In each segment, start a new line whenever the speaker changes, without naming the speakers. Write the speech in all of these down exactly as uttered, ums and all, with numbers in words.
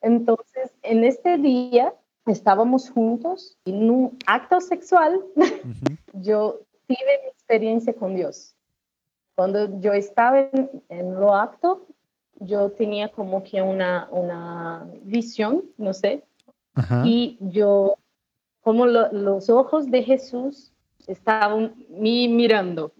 Entonces, en este día estábamos juntos y en un acto sexual
Ujú.
yo tuve mi experiencia con Dios. Cuando yo estaba en, en lo acto, yo tenía como que una, una visión, no sé,
Ajá.
y yo, como lo- los ojos de Jesús estaban mi mirando.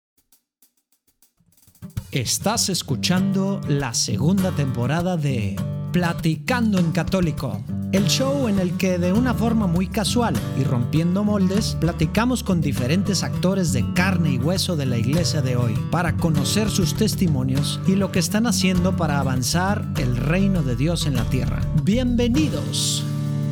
Estás escuchando la segunda temporada de Platicando en Católico, el show en el que de una forma muy casual y rompiendo moldes, platicamos con diferentes actores de carne y hueso de la iglesia de hoy para conocer sus testimonios y lo que están haciendo para avanzar el reino de Dios en la tierra. ¡Bienvenidos!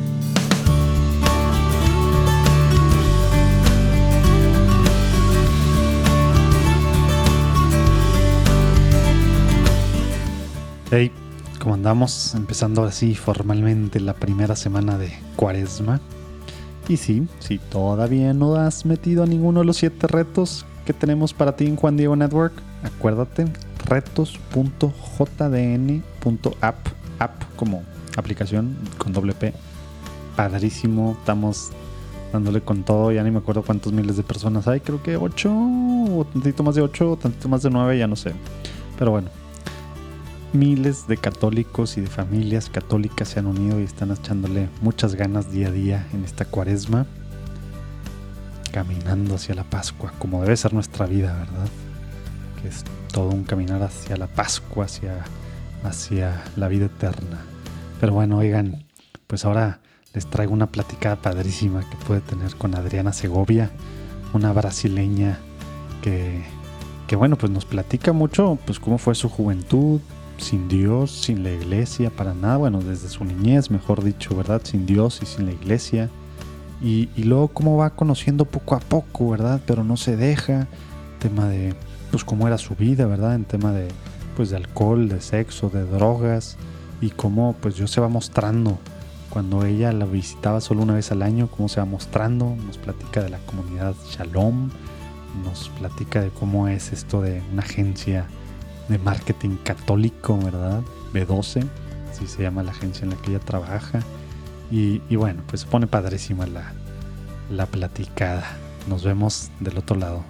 Hey, ¿cómo andamos? Empezando así formalmente la primera semana de Cuaresma. Y sí, si todavía no has metido a ninguno de los siete retos que tenemos para ti en Juan Diego Network, acuérdate, retos punto j d n punto app, app como aplicación con doble P. Padrísimo, estamos dándole con todo, ya ni me acuerdo cuántos miles de personas hay, creo que ocho, o tantito más de ocho, o tantito más de nueve, ya no sé. Pero bueno. Miles de católicos y de familias católicas se han unido y están echándole muchas ganas día a día en esta Cuaresma, caminando hacia la Pascua, como debe ser nuestra vida, ¿verdad? Que es todo un caminar hacia la Pascua, hacia, hacia la vida eterna. Pero bueno, oigan, pues ahora les traigo una platicada padrísima que pude tener con Adriana Segovia, una brasileña que, que bueno, pues nos platica mucho, pues cómo fue su juventud, sin Dios, sin la iglesia, para nada, bueno, desde su niñez, mejor dicho, ¿verdad? Sin Dios y sin la iglesia. Y, y luego cómo va conociendo poco a poco, ¿verdad? Pero no se deja. Tema de, pues cómo era su vida, ¿verdad? En tema de, pues de alcohol, de sexo, de drogas. Y cómo, pues Dios se va mostrando. Cuando ella la visitaba solo una vez al año, cómo se va mostrando. Nos platica de la comunidad Shalom. Nos platica de cómo es esto de una agencia de marketing católico, ¿verdad? B doce, así se llama la agencia en la que ella trabaja. Y, y bueno, pues se pone padrísima la, la platicada. Nos vemos del otro lado.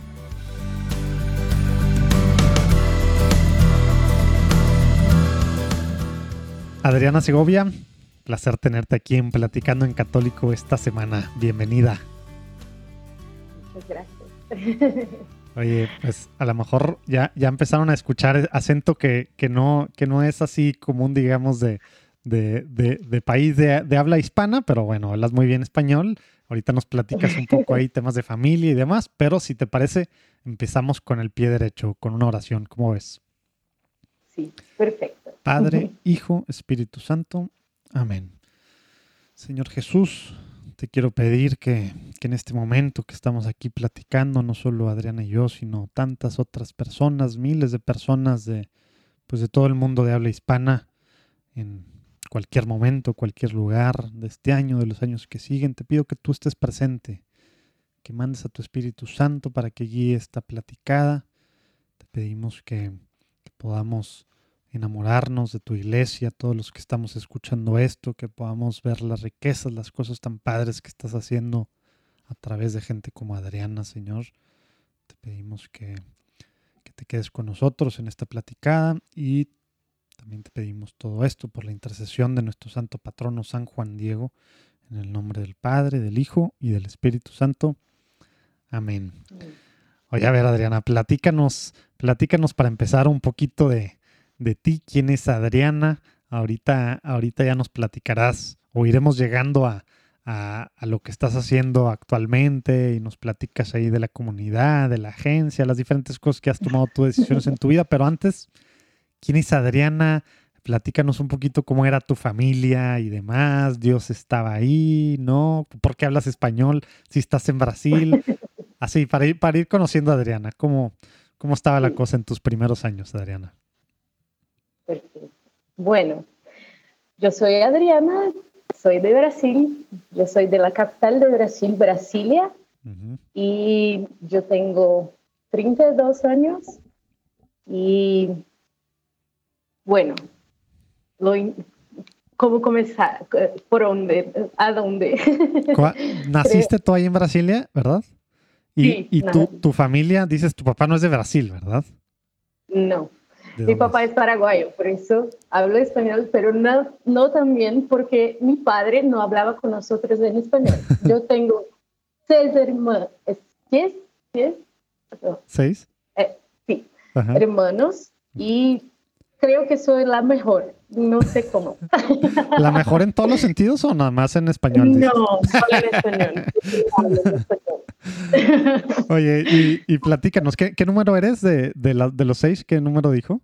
Adriana Segovia, placer tenerte aquí en Platicando en Católico esta semana. Bienvenida.
Muchas gracias.
Oye, pues a lo mejor ya, ya empezaron a escuchar acento que, que, no, que no es así común, digamos, de, de, de, de país de, de habla hispana, pero bueno, hablas muy bien español. Ahorita nos platicas un poco ahí temas de familia y demás, pero si te parece, empezamos con el pie derecho, con una oración. ¿Cómo ves?
Sí, perfecto.
Padre, Hijo, Espíritu Santo. Amén. Señor Jesús, te quiero pedir que, que en este momento que estamos aquí platicando, no solo Adriana y yo, sino tantas otras personas, miles de personas de, pues de todo el mundo de habla hispana, en cualquier momento, cualquier lugar de este año, de los años que siguen, te pido que tú estés presente, que mandes a tu Espíritu Santo para que guíe esta platicada. Te pedimos que, que podamos enamorarnos de tu iglesia, todos los que estamos escuchando esto, que podamos ver las riquezas, las cosas tan padres que estás haciendo a través de gente como Adriana, Señor. Te pedimos que, que te quedes con nosotros en esta platicada y también te pedimos todo esto por la intercesión de nuestro santo patrono San Juan Diego, en el nombre del Padre, del Hijo y del Espíritu Santo. Amén. Oye, a ver, Adriana, platícanos, platícanos para empezar un poquito de de ti, quién es Adriana. Ahorita, ahorita ya nos platicarás o iremos llegando a, a, a lo que estás haciendo actualmente y nos platicas ahí de la comunidad, de la agencia, las diferentes cosas que has tomado tú decisiones en tu vida. Pero antes, ¿quién es Adriana? Platícanos un poquito cómo era tu familia y demás. ¿Dios estaba ahí? ¿No? ¿Por qué hablas español? Si estás en Brasil. Así, para ir, para ir conociendo a Adriana. ¿Cómo, cómo estaba la
Sí,
cosa en tus primeros años, Adriana?
perfecto. Bueno, yo soy Adriana, soy de Brasil, yo soy de la capital de Brasil, Brasilia, uh-huh. Y yo tengo treinta y dos años y bueno, lo, cómo comenzar, por dónde, a dónde.
Naciste tú ahí en Brasilia, ¿verdad? Y,
sí,
y tu, tu familia, dices, tu papá no es de Brasil, ¿verdad?
No, mi papá es paraguayo, por eso hablo español, pero no, no también porque mi padre no hablaba con nosotros en español. Yo tengo seis hermanos, ¿diez? ¿Diez? No.
¿Seis?
Eh, sí, Ajá. hermanos, y creo que soy la mejor, no sé cómo.
¿La mejor en todos los sentidos o nada más en español?
Dices? No, solo en español. Hablo en español.
Oye, y, y platícanos, ¿qué, qué número eres de, de, la, de los seis? ¿Qué número dijo?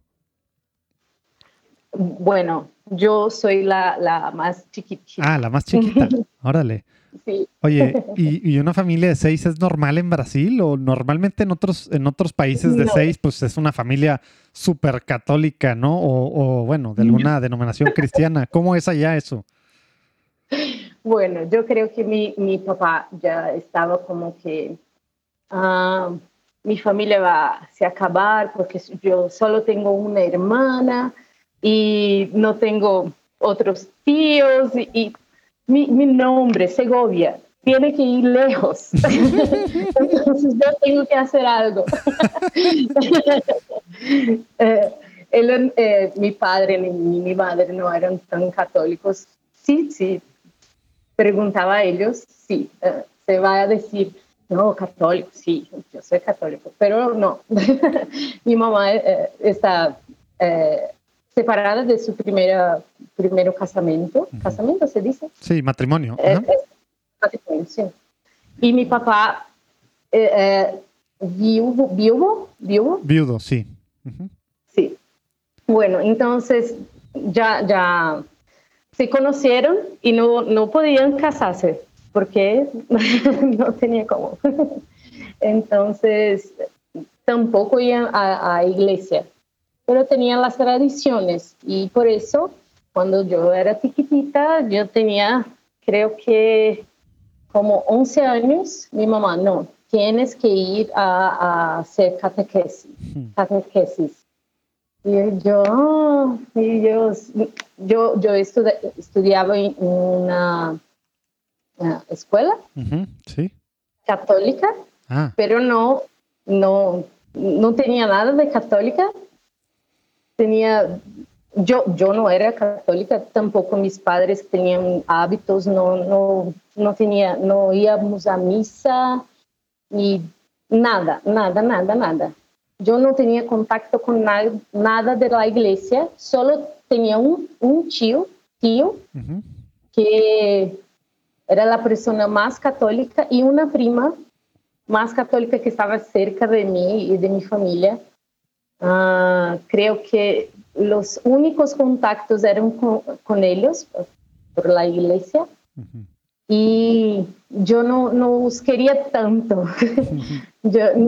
Bueno, yo soy la, la más chiquitita.
Ah, la más chiquita, órale.
Sí.
Oye, ¿y, ¿y una familia de seis es normal en Brasil? ¿O normalmente en otros, en otros países de no. seis, pues es una familia súper católica, ¿no? O, o, bueno, de alguna denominación cristiana. ¿Cómo es allá eso?
Bueno, yo creo que mi, mi papá ya estaba como que uh, mi familia va a se acabar porque yo solo tengo una hermana y no tengo otros tíos y, y mi, mi nombre, Segovia, tiene que ir lejos. Entonces yo tengo que hacer algo. eh, él, eh, mi padre ni mi madre no eran tan católicos. Sí, sí. Preguntaba a ellos, sí, uh, se va a decir, no, católico, sí, yo soy católico, pero no. Mi mamá eh, está eh, separada de su primera, primero casamiento. Uh-huh. ¿Casamiento se dice?
Sí, matrimonio.
Eh, uh-huh. Matrimonio, sí. Y mi papá, eh, eh, viudo, viudo, viudo.
Viudo, sí. Uh-huh.
Sí. Bueno, entonces ya, ya se conocieron y no, no podían casarse porque no tenía cómo. Entonces, tampoco iban a, a iglesia, pero tenían las tradiciones y por eso, cuando yo era chiquitita, yo tenía, creo que como once años, mi mamá, no, tienes que ir a, a hacer catequesis, catequesis. Y yo, y yo, yo, yo estudi estudiaba en una, una escuela
uh-huh, sí.
católica, ah. pero no, no, no tenía nada de católica. Tenía, yo, yo no era católica, tampoco mis padres tenían hábitos, no, no, no tenía, no íbamos a misa, ni nada, nada, nada, nada. Yo no tenía contacto con nada, nada de la iglesia, solo tenía un, un tío, tío uh-huh. que era la persona más católica y una prima más católica que estaba cerca de mí y de mi familia. Uh, creo que los únicos contactos eran con, con ellos por la iglesia uh-huh. y yo no, no los quería tanto. Uh-huh. yo no...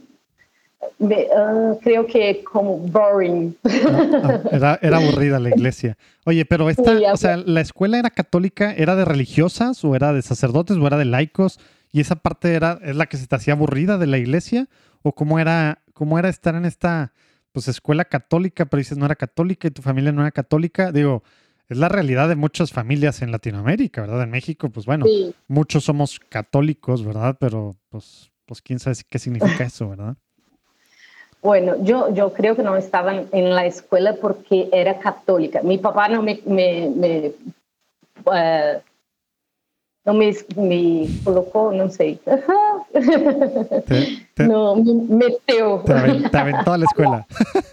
Me, uh, creo que como boring.
Ah, ah, era, era aburrida la iglesia. Oye, pero esta, sí, o sea, ¿la escuela era católica? ¿Era de religiosas o era de sacerdotes o era de laicos? ¿Y esa parte era es la que se te hacía aburrida de la iglesia? ¿O cómo era, cómo era estar en esta pues escuela católica, pero dices no era católica y tu familia no era católica? Digo, es la realidad de muchas familias en Latinoamérica, ¿verdad? En México, pues bueno, sí. muchos somos católicos, ¿verdad? Pero pues, pues quién sabe qué significa eso, ¿verdad?
Bueno, yo, yo creo que no estaba en la escuela porque era católica. Mi papá no me, me, me, uh, no me, me colocó, no sé.
Te, te,
no, me metió.
Te, avent, te aventó a la escuela.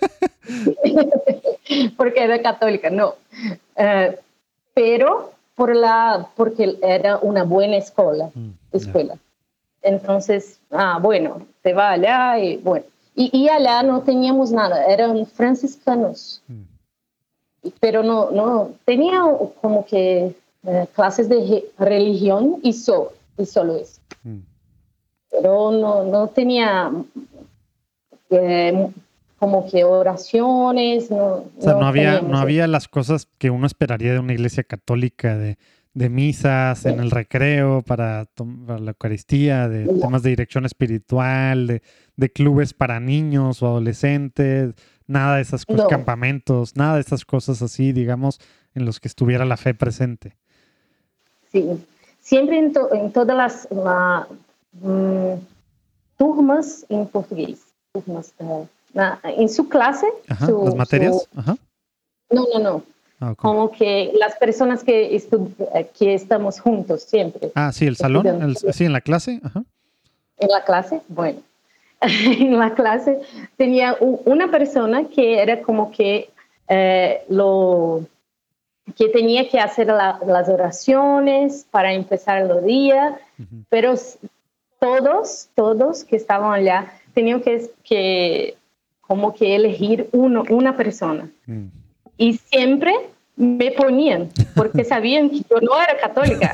Porque era católica, no. Uh, pero por la, porque era una buena escuela. Mm, escuela. Yeah. Entonces, ah, bueno, se va allá y bueno. Y, y allá no teníamos nada, eran franciscanos, mm. pero no, no, tenía como que eh, clases de religión y, so, y solo eso. Mm. Pero no, no tenía eh, como que oraciones. No,
o sea, no, no había, no había las cosas que uno esperaría de una iglesia católica, de, de misas sí. en el recreo para, para la Eucaristía, de no. temas de dirección espiritual, de... de clubes para niños o adolescentes, Nada de esos no. campamentos, nada de esas cosas así, digamos, en los que estuviera la fe presente.
Sí, siempre en, to, en todas las la, um, turmas en portugués. Turmas, uh, na, en su clase.
Ajá,
su,
¿las materias?
Su,
Ajá.
No, no, no. Ah, okay. Como que las personas que, estu- que estamos juntos siempre.
Ah, sí, el salón, el, sí, en la clase. Ajá.
En la clase, bueno. En la clase tenía u- una persona que era como que eh, lo que tenía que hacer la, las oraciones para empezar el día, uh-huh. Pero todos, todos que estaban allá tenían que, que como que elegir uno, una persona. Mm. Y siempre me ponían, porque sabían que yo no era católica.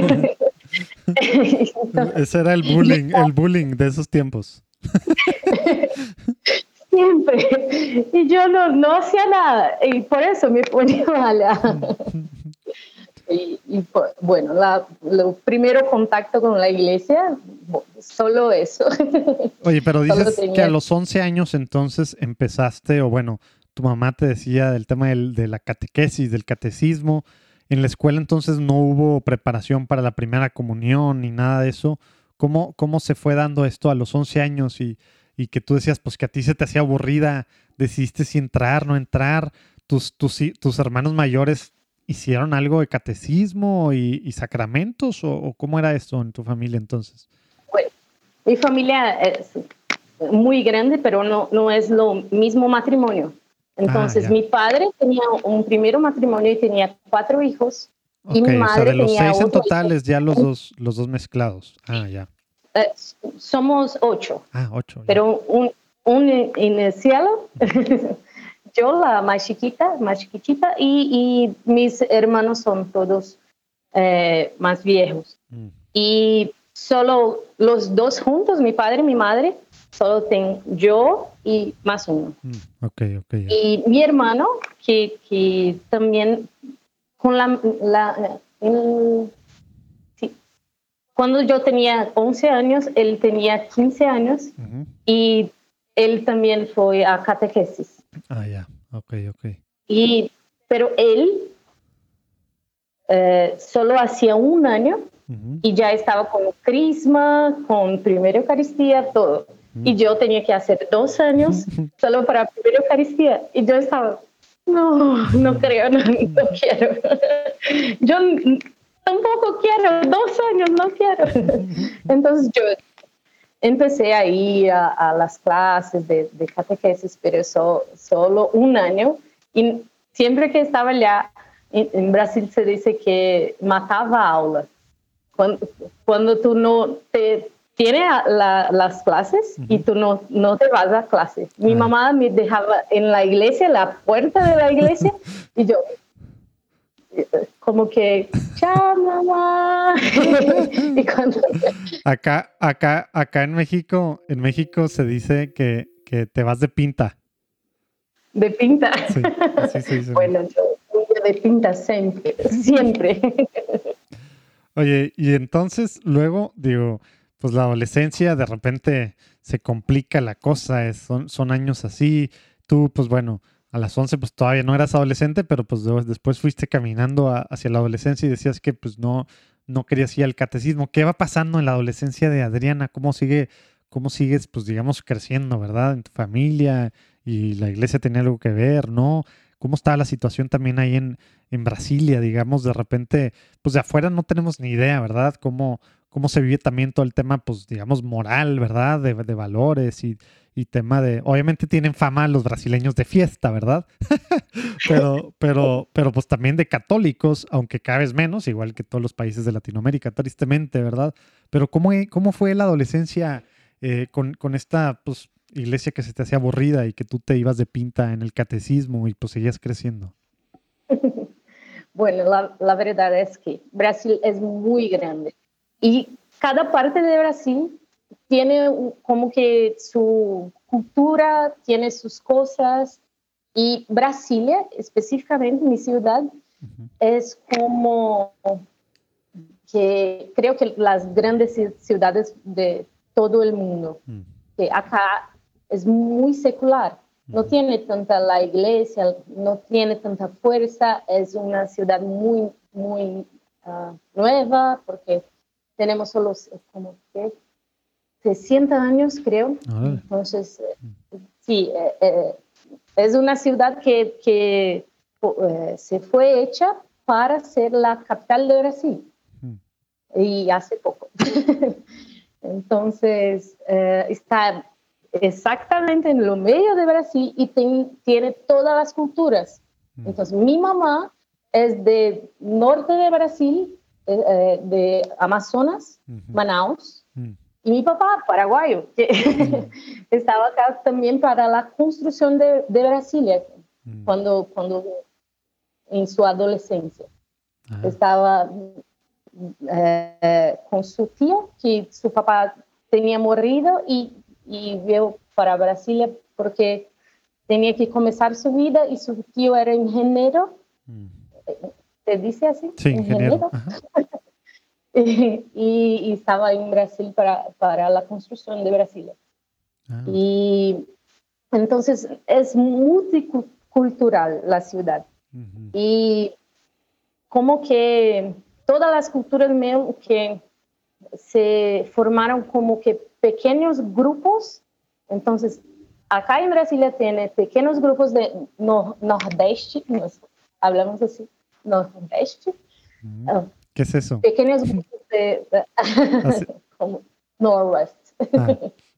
Entonces, ese era el bullying, el bullying de esos tiempos.
Siempre. Y yo no, no hacía nada. Y por eso me ponía allá. Y, y bueno, la, el primero contacto con la iglesia, solo eso.
Oye, pero dices tenía... que a los once años entonces empezaste, o bueno, tu mamá te decía del tema del, de la catequesis, del catecismo. En la escuela entonces no hubo preparación para la primera comunión ni nada de eso. ¿Cómo, cómo se fue dando esto a los once años y, y que tú decías pues que a ti se te hacía aburrida, decidiste si entrar, no entrar? ¿Tus, tus, tus hermanos mayores hicieron algo de catecismo y, y sacramentos o, o cómo era esto en tu familia entonces?
Bueno, mi familia es muy grande, pero no, no es lo mismo matrimonio. Entonces, ah, mi padre tenía un primer matrimonio y tenía cuatro hijos.
Okay, y mi madre o sea, de los tenía seis en totales, ya los dos, los dos mezclados. Ah, ya.
Eh, somos ocho.
Ah, ocho. Ya.
Pero un, un en el cielo, yo la más chiquita, más chiquitita, y, y mis hermanos son todos eh, más viejos. Mm. Y solo los dos juntos, mi padre y mi madre, solo tengo yo y más uno.
Mm, okay, okay, yeah.
Y mi hermano, que, que también, con la, la el, sí, cuando yo tenía once años, él tenía quince años, uh-huh. Y él también fue a catequesis.
Ah, ya, yeah. ok, ok.
Y, pero él eh, solo hacía un año, uh-huh. Y ya estaba con crisma, con primera Eucaristía, todo. Y yo tenía que hacer dos años solo para la primera Eucaristía. Y yo estaba, no, no creo, no, no quiero. Yo tampoco quiero, dos años no quiero. Entonces yo empecé a ir a, a las clases de, de catequesis, pero so, solo un año. Y siempre que estaba allá, en, en Brasil se dice que mataba aula. Cuando, cuando tú no te... Tiene la, las clases, uh-huh. Y tú no, no te vas a clase. Mi uh-huh. mamá me dejaba en la iglesia, la puerta de la iglesia, y yo, como que, chao, mamá. Y cuando...
acá, acá, acá en México, en México se dice que, que te vas de pinta.
¿De pinta?
Sí, así se dice.
Bueno, yo de pinta siempre, siempre.
Oye, y entonces luego, digo... pues la adolescencia de repente se complica la cosa, es, son, son años así. Tú, pues bueno, a las once pues todavía no eras adolescente, pero pues después fuiste caminando a, hacia la adolescencia y decías que pues no, no querías ir al catecismo. ¿Qué va pasando en la adolescencia de Adriana? ¿Cómo sigue, cómo sigues, pues digamos, creciendo, verdad? En tu familia y la iglesia tenía algo que ver, ¿no? ¿Cómo está la situación también ahí en, en Brasilia, digamos, de repente, pues de afuera no tenemos ni idea, ¿verdad? ¿Cómo... cómo se vive también todo el tema, pues, digamos, moral, ¿verdad? De, de valores y, y tema de... Obviamente tienen fama los brasileños de fiesta, ¿verdad? pero, pero, pero, pues, también de católicos, aunque cada vez menos, igual que todos los países de Latinoamérica, tristemente, ¿verdad? Pero ¿cómo, cómo fue la adolescencia eh, con, con esta, pues, iglesia que se te hacía aburrida y que tú te ibas de pinta en el catecismo y, pues, seguías creciendo?
Bueno, la, la verdad es que Brasil es muy grande. Y cada parte de Brasil tiene como que su cultura, tiene sus cosas. Y Brasilia, específicamente mi ciudad, uh-huh. Es como que creo que las grandes ciudades de todo el mundo. Uh-huh. Que acá es muy secular. no tiene tanta la iglesia, no tiene tanta fuerza, es una ciudad muy, muy uh, nueva, porque tenemos solo como que sesenta años, creo.
Vale.
Entonces, eh, sí, eh, eh, es una ciudad que, que eh, se fue hecha para ser la capital de Brasil. Mm. Y hace poco. Entonces, eh, está exactamente en lo medio de Brasil y ten, tiene todas las culturas. Mm. Entonces, mi mamá es de norte de Brasil, eh, de Amazonas, uh-huh. Manaus, mm. y mi papá, paraguayo, que mm. estaba acá también para la construcción de, de Brasilia, mm. cuando, cuando en su adolescencia. Ah. Estaba eh, con su tía, que su papá tenía morido y, y vio para Brasilia porque tenía que comenzar su vida y su tío era ingeniero. Mm. ¿Te dice así?
Sí, ingeniero.
y, y estaba en Brasil para, para la construcción de Brasilia. Ah. Y entonces es multicultural la ciudad. Uh-huh. Y como que todas las culturas que se formaron como que pequeños grupos. Entonces, acá en Brasilia tiene pequeños grupos de no, nordeste, nos, hablamos así, nordeste.
Mm. Uh, ¿Qué es eso?
Pequeños grupos de, de como Norwest. Ah.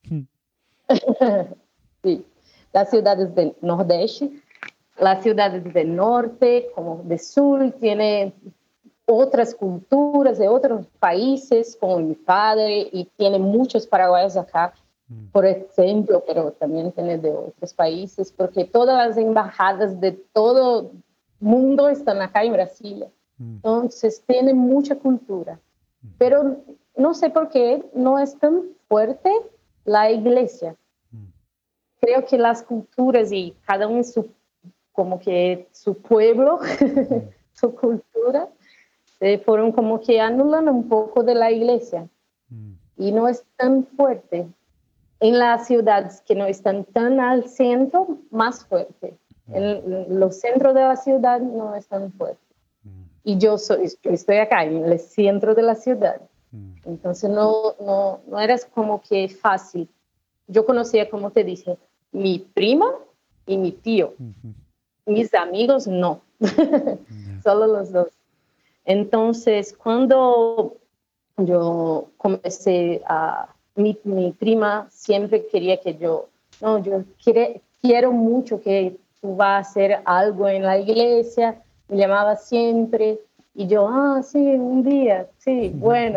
Sí, las ciudades del nordeste, las ciudades del norte, como del sur, tiene otras culturas de otros países, como mi padre, y tiene muchos paraguayos acá, mm. por ejemplo, pero también tiene de otros países, porque todas las embajadas de todo el mundo están acá en Brasilia. Mm. Entonces, tiene mucha cultura. Mm. Pero no sé por qué no es tan fuerte la iglesia. Mm. Creo que las culturas y cada uno en su, como que su pueblo, mm. su cultura, fueron como que anulan un poco de la iglesia mm. y no es tan fuerte. En las ciudades que no están tan al centro, más fuerte. Mm. En los centros de la ciudad no es tan fuerte. Mm. Y yo, soy, yo estoy acá, en el centro de la ciudad. Mm. Entonces no, no, no era como que fácil. Yo conocía, como te dije, mi prima y mi tío. Mm-hmm. Mis amigos, no. Yeah. Solo los dos. Entonces, cuando yo comencé a... Mi, mi prima siempre quería que yo... No, yo quiere, quiero mucho que tú vas a hacer algo en la iglesia. Me llamaba siempre. Y yo, ah, sí, un día. Sí, bueno.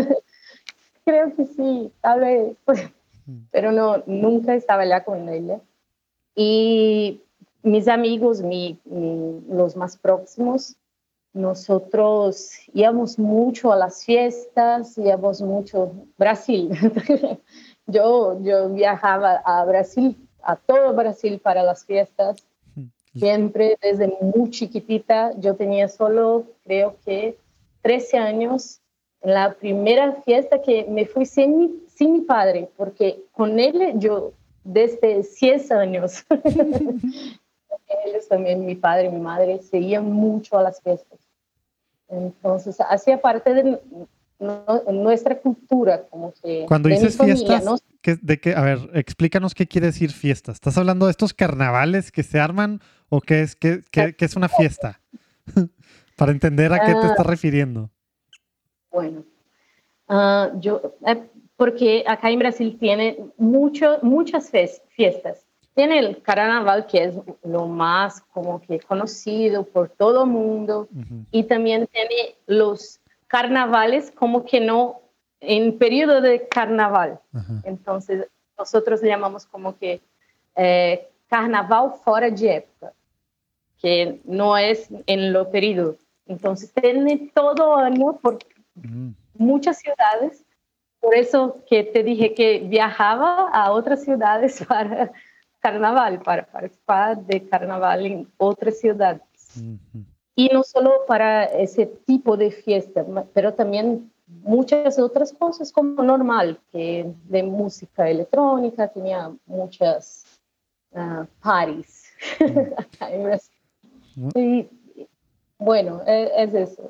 Creo que sí, tal vez. Pero no, nunca estaba allá con ella. Y mis amigos, mi, mi, los más próximos, nosotros íbamos mucho a las fiestas, íbamos mucho a Brasil. yo, yo viajaba a Brasil, a todo Brasil para las fiestas. Siempre, desde muy chiquitita, yo tenía solo, creo que, trece años. En la primera fiesta que me fui sin mi, sin mi padre, porque con él yo desde diez años. Ellos también, mi padre y mi madre, seguían mucho a las fiestas. Entonces, hacía parte de no, nuestra cultura. Como que
cuando
de
dices
familia,
fiestas,
¿no?
¿qué, de qué, a ver, explícanos qué quiere decir fiesta. ¿Estás hablando de estos carnavales que se arman o qué es, qué, qué, qué es una fiesta? Para entender a qué te estás refiriendo.
Bueno, uh, yo, eh, porque acá en Brasil tiene mucho, muchas fiestas. Tiene el carnaval, que es lo más como que conocido por todo el mundo, uh-huh. y también tiene los carnavales como que no en periodo de carnaval. Uh-huh. Entonces, nosotros le llamamos como que eh, carnaval fora de época, que no es en lo periodo. Entonces, tiene todo año por uh-huh. muchas ciudades. Por eso que te dije que viajaba a otras ciudades para... carnaval, para participar de carnaval en otras ciudades. Uh-huh. Y no solo para ese tipo de fiesta, pero también muchas otras cosas como normal, que de música electrónica, tenía muchas uh, parties acá en Brasil. Y, bueno, es, es eso.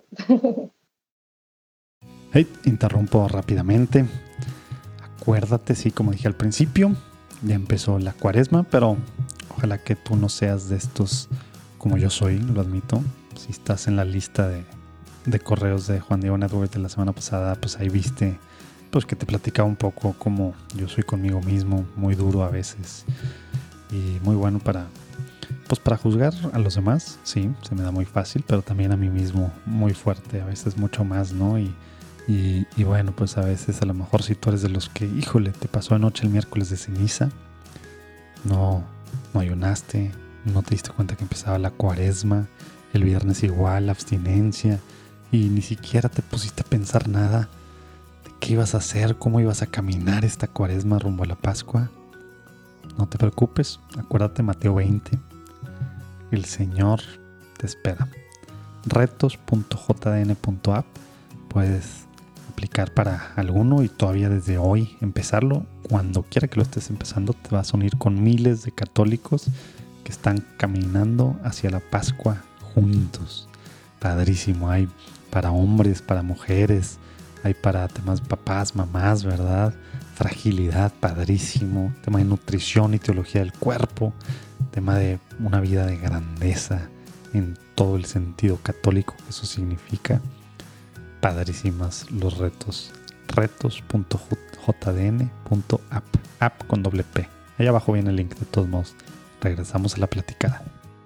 Hey, interrumpo rápidamente. Acuérdate, sí, como dije al principio, ya empezó la cuaresma, pero ojalá que tú no seas de estos como yo soy, lo admito. Si estás en la lista de, de correos de Juan Diego Network de la semana pasada, pues ahí viste pues que te platicaba un poco cómo yo soy conmigo mismo, muy duro a veces y muy bueno para, pues para juzgar a los demás, sí, se me da muy fácil, pero también a mí mismo muy fuerte, a veces mucho más, ¿no? Y Y, y bueno, pues a veces a lo mejor si tú eres de los que, híjole, te pasó anoche el miércoles de ceniza, no, no ayunaste, no te diste cuenta que empezaba la cuaresma, el viernes igual, la abstinencia, y ni siquiera te pusiste a pensar nada de qué ibas a hacer, cómo ibas a caminar esta cuaresma rumbo a la Pascua. No te preocupes, acuérdate Mateo veinte, el Señor te espera. retos punto j d n punto app, puedes aplicar para alguno y todavía desde hoy empezarlo. Cuando quiera que lo estés empezando, te vas a unir con miles de católicos que están caminando hacia la Pascua juntos. Padrísimo, hay para hombres, para mujeres, hay para temas papás, mamás, ¿verdad? Fragilidad, padrísimo. Tema de nutrición y teología del cuerpo, tema de una vida de grandeza en todo el sentido católico que eso significa. Padrísimas los retos. retos punto j d n punto app, app con doble P. Ahí abajo viene el link de todos modos. Regresamos a la platicada.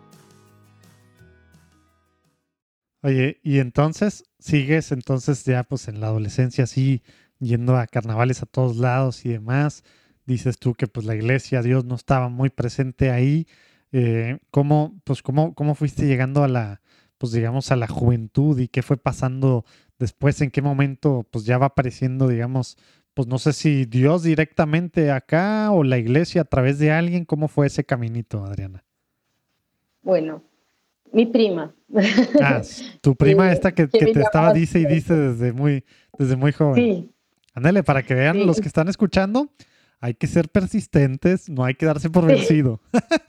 Oye, y entonces, sigues entonces ya pues en la adolescencia así, yendo a carnavales a todos lados y demás. Dices tú que pues la iglesia, Dios no estaba muy presente ahí. Eh, ¿cómo, pues, cómo, cómo fuiste llegando a la, pues digamos, a la juventud y qué fue pasando después? ¿En qué momento pues ya va apareciendo, digamos, pues no sé si Dios directamente acá o la iglesia a través de alguien? ¿Cómo fue ese caminito, Adriana?
Bueno, mi prima.
Ah, tu prima
eh,
esta que,
que
que
me
te estaba
llamaba
dice y dice
siempre.
desde muy, desde muy joven.
Sí,
Ándale, para que vean los
sí,
que están escuchando, hay que ser persistentes, no hay que darse por
sí.
vencido.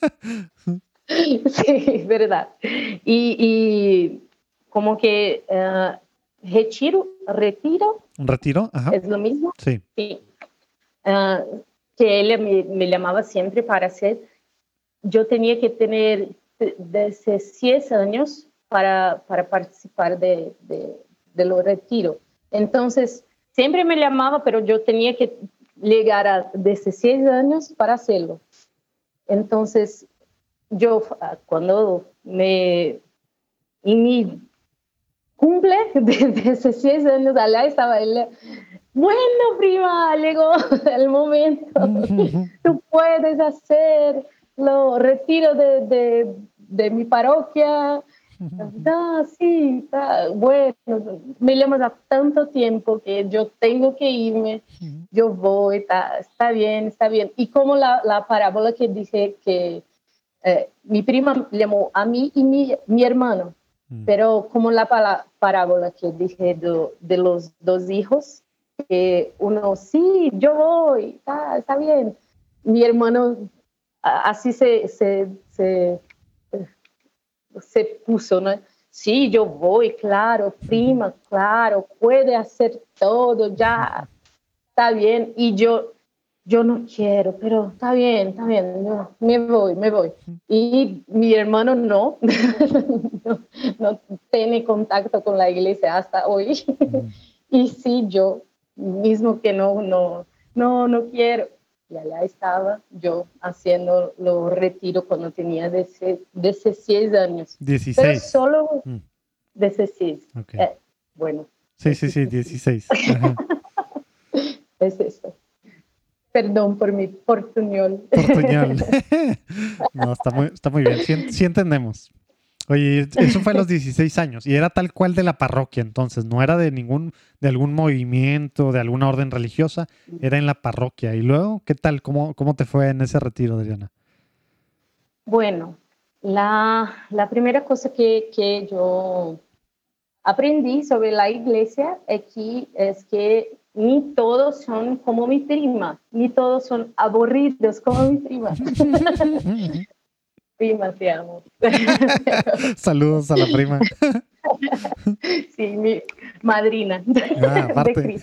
Sí, verdad. Y, y como que uh, retiro, retiro,
¿Un retiro? Ajá.
es lo mismo.
Sí.
Sí. Uh, que ella me, me llamaba siempre para hacer. Yo tenía que tener dieciséis años para, para participar de, de, de los retiros. Entonces, siempre me llamaba, pero yo tenía que llegar a dieciséis años para hacerlo. Entonces, yo cuando me en mi cumple de dieciséis años, allá estaba ella. Bueno, prima, llegó el momento. Tú puedes hacer los retiros de, de, de mi parroquia. Ah, sí, está bueno. Me llamas a tanto tiempo que yo tengo que irme. Yo voy, está, está bien, está bien. Y como la, la parábola que dije que eh, mi prima llamó a mí y mi, mi hermano, mm. pero como la para, parábola que dije de, de los dos hijos, que uno, sí, yo voy, está, está bien. Mi hermano así se, se, se, se puso, ¿no? Sí, yo voy, claro, prima, claro, puede hacer todo, ya, está bien. Y yo, yo no quiero, pero está bien, está bien, yo me voy, me voy. Y mi hermano no, no, no tiene contacto con la iglesia hasta hoy. Y sí, yo mismo que no, no, no, no quiero. Y allá estaba yo haciendo los retiros cuando tenía dieciséis años.
dieciséis.
Pero solo mm. dieciséis.
Okay.
Eh, bueno.
Sí, sí, sí, dieciséis. Ajá.
Es eso. Perdón por mi portuñol.
Portuñol. No, está muy, está muy bien. Sí, sí entendemos. Oye, eso fue a los dieciséis años y era tal cual de la parroquia, entonces no era de ningún, de algún movimiento, de alguna orden religiosa, era en la parroquia. Y luego, ¿qué tal? ¿Cómo, cómo te fue en ese retiro, Adriana?
Bueno, la, la primera cosa que, que yo aprendí sobre la iglesia aquí es que ni todos son como mi prima, ni todos son aburridos como mi prima. Prima, te amo.
Saludos a la prima.
Sí, mi madrina
Ah,
de Cristo.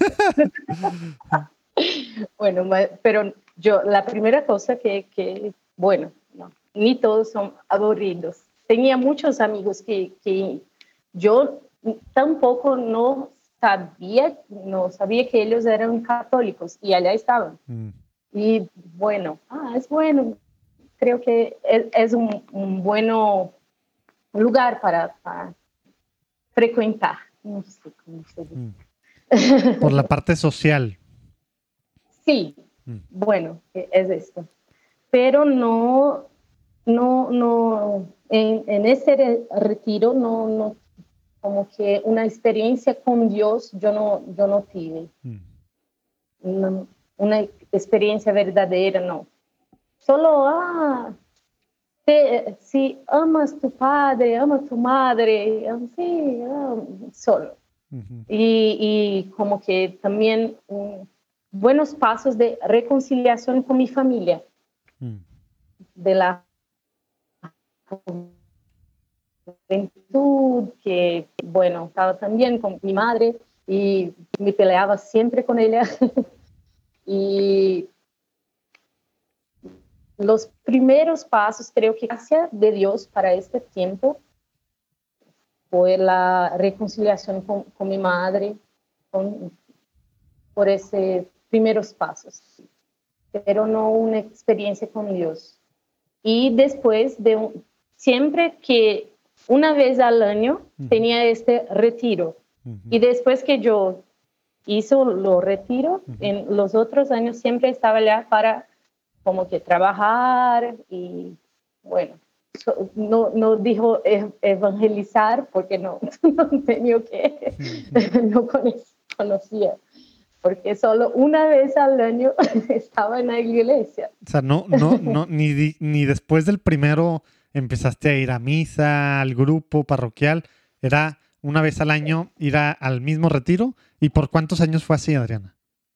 Bueno, pero yo, la primera cosa que, que bueno, no, ni todos son aburridos. Tenía muchos amigos que, que yo tampoco no sabía, no sabía que ellos eran católicos y allá estaban. Mm. Y bueno, ah, es bueno. Creo que es, es un, un buen lugar para, para frecuentar. No sé cómo se dice.
Mm. Por la parte social.
Sí, mm. Bueno, es esto. Pero no, no, no, en, en ese retiro no, no, como que una experiencia con Dios yo no, yo no tuve. Mm. Una, una experiencia verdadera, no. Solo, ah, te, si amas tu padre, amas tu madre, sí, ah, solo. Uh-huh. Y, y como que también um, buenos pasos de reconciliación con mi familia. Uh-huh. De la juventud, que bueno, estaba también con mi madre y me peleaba siempre con ella. Y los primeros pasos, creo que gracias de Dios para este tiempo, fue la reconciliación con, con mi madre, con, por esos primeros pasos, pero no una experiencia con Dios. Y después, de un, siempre que una vez al año uh-huh. tenía este retiro, uh-huh. y después que yo hizo los retiros, uh-huh. en los otros años siempre estaba allá para como que trabajar y bueno, no, no dijo evangelizar porque no, no tenía que, no conocía, porque solo una vez al año estaba en la iglesia.
O sea, no, no, no, ni, ni después del primero empezaste a ir a misa, al grupo parroquial, era una vez al año ir a, al mismo retiro. ¿Y por cuántos años fue así, Adriana?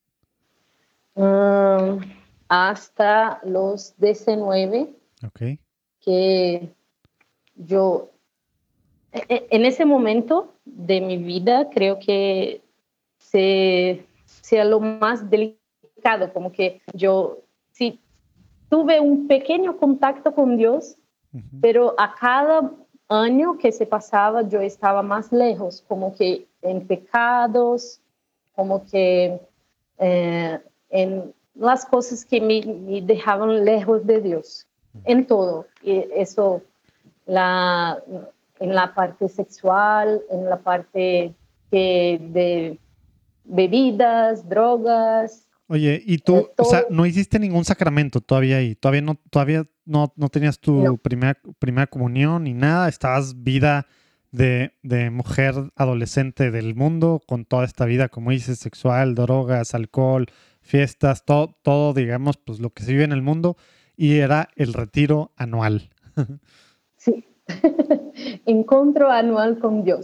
Um, hasta los diecinueve,
okay.
Que yo, en ese momento de mi vida, creo que se, sea lo más delicado, como que yo sí tuve un pequeño contacto con Dios, uh-huh. pero a cada año que se pasaba yo estaba más lejos, como que en pecados, como que eh, en las cosas que me, me dejaban lejos de Dios, en todo. Y eso, la, en la parte sexual, en la parte que de bebidas, drogas.
Oye, y tú, o sea, no hiciste ningún sacramento todavía ahí, todavía no, todavía no, no tenías tu no. primera, primera comunión ni nada, estabas vida de, de mujer adolescente del mundo, con toda esta vida, como dices, sexual, drogas, alcohol, fiestas, todo, todo, digamos, pues lo que se vive en el mundo, y era el retiro anual.
Sí, encuentro anual con Dios.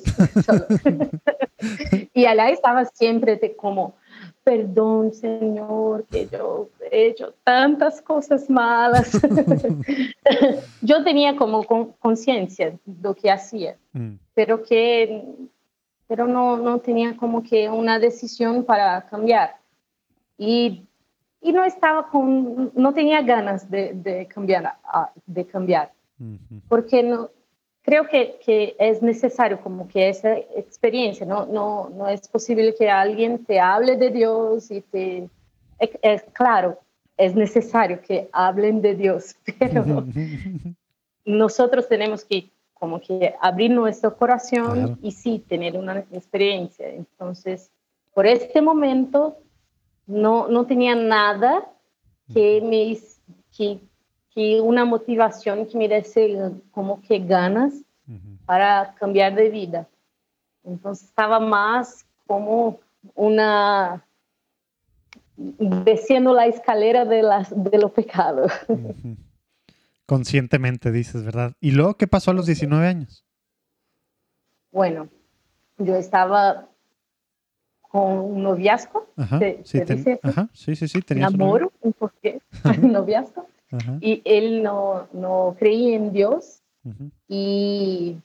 Y allá estaba siempre de como, perdón, Señor, que yo he hecho tantas cosas malas. Yo tenía como con, conciencia de lo que hacía, mm. pero que pero no, no tenía como que una decisión para cambiar. Y, y no estaba con, no tenía ganas de, de cambiar, de cambiar. Uh-huh. Porque no, creo que, que es necesario como que esa experiencia, ¿no? No, no es posible que alguien te hable de Dios y te... Es, es claro, es necesario que hablen de Dios, pero nosotros tenemos que como que abrir nuestro corazón, claro. Y sí, tener una experiencia. Entonces, por este momento, no, no tenía nada que me... Que, que una motivación que me dese como que ganas uh-huh. para cambiar de vida. Entonces estaba más como una desciendo la escalera de, las, de los pecados.
Uh-huh. Conscientemente dices, ¿verdad? ¿Y luego qué pasó a los diecinueve años?
Bueno, yo estaba con un noviazgo.
Ajá,
¿Se,
sí,
se
ten,
dice así?
ajá, sí, sí, sí,
Un
tenías un
amor,
novio.
un porqué, un noviazgo.
Ajá,
Y él no, no creía en Dios.
ujú,
Y,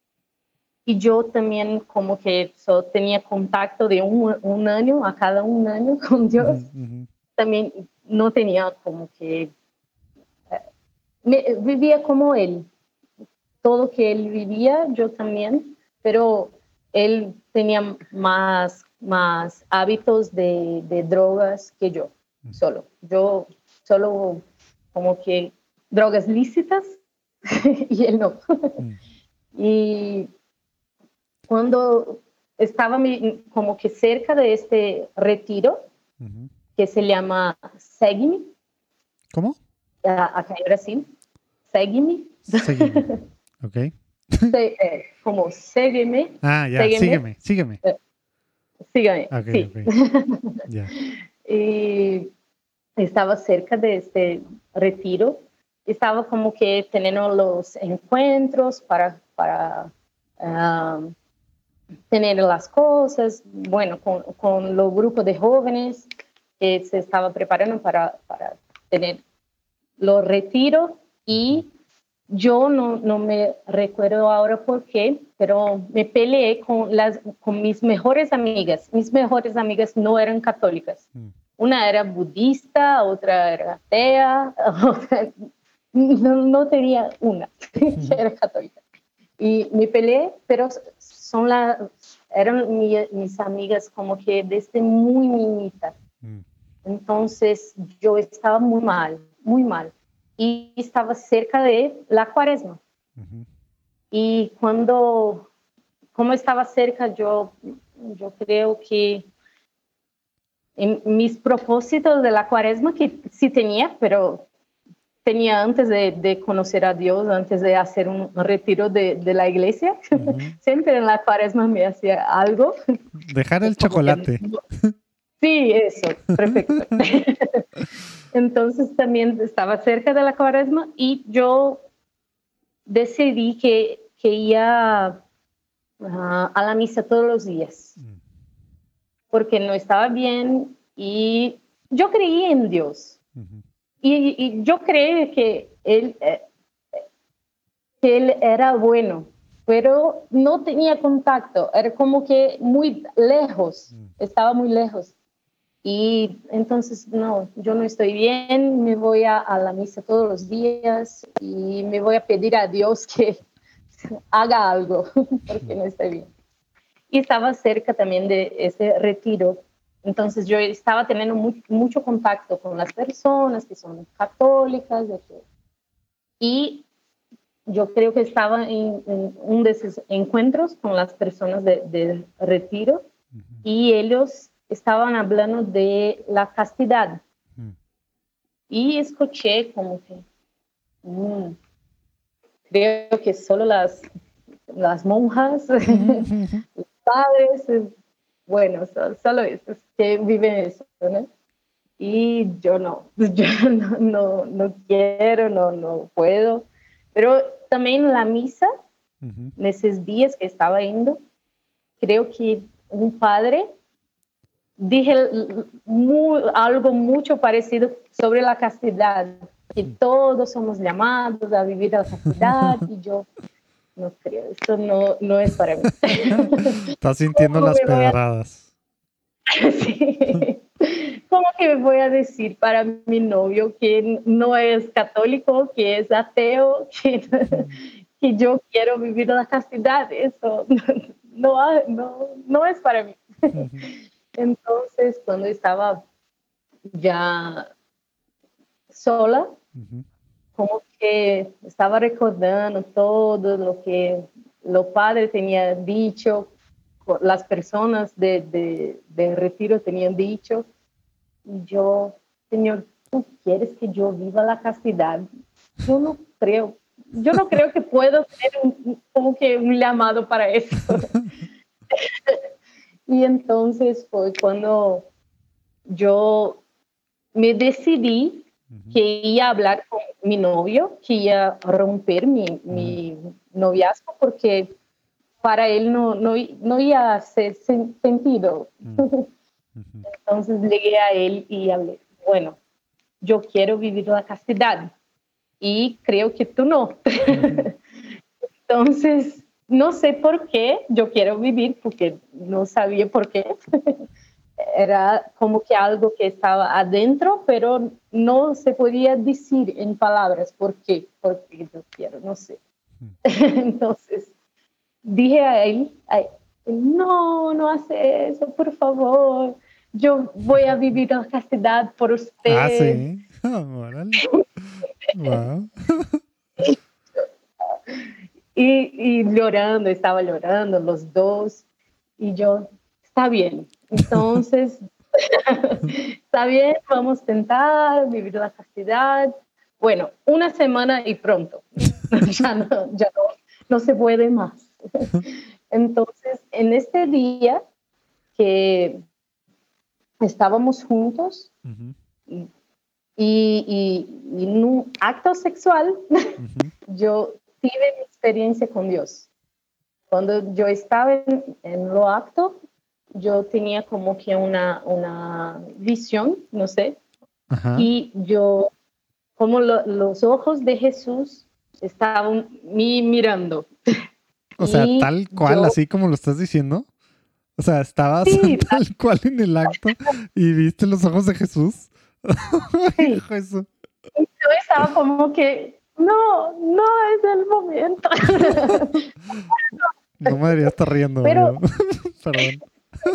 y yo también como que so, tenía contacto de un, un año a cada un año con Dios.
ujú, ujú,
También no tenía como que... Me, vivía como él. Todo que él vivía, yo también, pero él tenía más, más hábitos de, de drogas que yo, solo. Yo solo como que drogas lícitas y él no.
ujú,
Y cuando estaba mi- como que cerca de este retiro,
ujú.
que se llama Seguime,
¿Cómo?
acá en Brasil, Seguime,
Seguime. Ok.
Se- eh, como Seguime,
Ah, ya,
Seguime,
sígueme, sígueme.
eh, sígame,
Ok,
sí.
ok. Ya.
Y estaba cerca de este retiro, estaba como que teniendo los encuentros para, para um, tener las cosas, bueno, con, con los grupos de jóvenes que se estaba preparando para, para tener los retiros y yo no, no me recuerdo ahora por qué, pero me peleé con, las, con mis mejores amigas. Mis mejores amigas no eran católicas.
Mm.
Una era budista, otra era atea, otra, no, no tenía una que era católica. Y me peleé, pero son la, eran mi, mis amigas como que desde muy niñita.
Mm.
Entonces yo estaba muy mal, muy mal. Y estaba cerca de la cuaresma.
Ujú.
Y cuando, como estaba cerca, yo, yo creo que en mis propósitos de la cuaresma, que sí tenía, pero tenía antes de, de conocer a Dios, antes de hacer un retiro de, de la iglesia,
Ujú.
siempre en la cuaresma me hacía algo.
Dejar el
Como que,
chocolate.
sí, eso, perfecto. Entonces también estaba cerca de la cuaresma y yo decidí que, que iba uh, a la misa todos los días,
Mm.
porque no estaba bien y yo creía en Dios.
Ujú.
Y, y yo creo que él, eh, que él era bueno, pero no tenía contacto, era como que muy lejos,
Mm.
estaba muy lejos. Y entonces, no, yo no estoy bien, me voy a, a la misa todos los días y me voy a pedir a Dios que haga algo, porque no estoy bien. Y estaba cerca también de ese retiro, entonces yo estaba teniendo muy, mucho contacto con las personas que son católicas, de todo. Y yo creo que estaba en, en un de esos encuentros con las personas del de retiro
Ujú.
y ellos estaban hablando de la castidad.
Mm.
Y escuché como que, mm, creo que solo las, las monjas,
Ujú.
los padres, bueno, solo, solo esos que viven eso, ¿no? Y yo no, yo no, no, no quiero, no, no puedo. Pero también la misa,
Ujú.
en esos días que estaba yendo, creo que un padre dije muy, algo mucho parecido sobre la castidad, que todos somos llamados a vivir la castidad y yo no creo, esto no, no es para mí.
Estás sintiendo
¿Cómo
las
me voy a,
pedradas.
sí, ¿cómo que me voy a decir para mi novio que no es católico, que es ateo, que, que yo quiero vivir la castidad? Eso no, no, no es para mí.
Ujú.
Entonces, cuando estaba ya sola,
Ujú.
como que estaba recordando todo lo que los padres tenían dicho, las personas de, de, de retiro tenían dicho, y yo, Señor, ¿tú quieres que yo viva la castidad? Yo no creo, yo no creo que puedo ser un, como que un llamado para eso. Y entonces fue cuando yo me decidí
Ujú.
que iba a hablar con mi novio, que iba a romper mi,
Mm.
mi noviazgo, porque para él no, no, no iba a hacer sen- sentido.
Uh-huh.
Entonces llegué a él y hablé, bueno, yo quiero vivir la castidad y creo que tú no. Uh-huh. Entonces, no sé por qué yo quiero vivir, porque no sabía por qué. Era como que algo que estaba adentro, pero no se podía decir en palabras por qué, por qué yo quiero, no sé. Uh-huh. Entonces, dije a él, a él, no, no hace eso, por favor. Yo voy a vivir la castidad por usted.
Ah, sí. Órale. Wow.
y, y llorando, estaba llorando los dos. Y yo, está bien. Entonces, está bien, vamos a intentar vivir la castidad. Bueno, una semana y pronto. ya no, ya no, no se puede más. Entonces, en este día que estábamos juntos, uh-huh. y, y, y en un acto sexual, uh-huh. yo tuve mi experiencia con Dios. Cuando yo estaba en, en lo acto, yo tenía como que una, una visión, no sé, uh-huh. y yo, como lo, los ojos de Jesús estaban mi mirando.
O sea, tal cual, yo, así como lo estás diciendo. O sea, estabas sí, tal a... cual en el acto y viste los ojos de Jesús.
Sí. Eso. Y yo estaba como que, no, no es el momento.
No me debería estar riendo. Pero, perdón.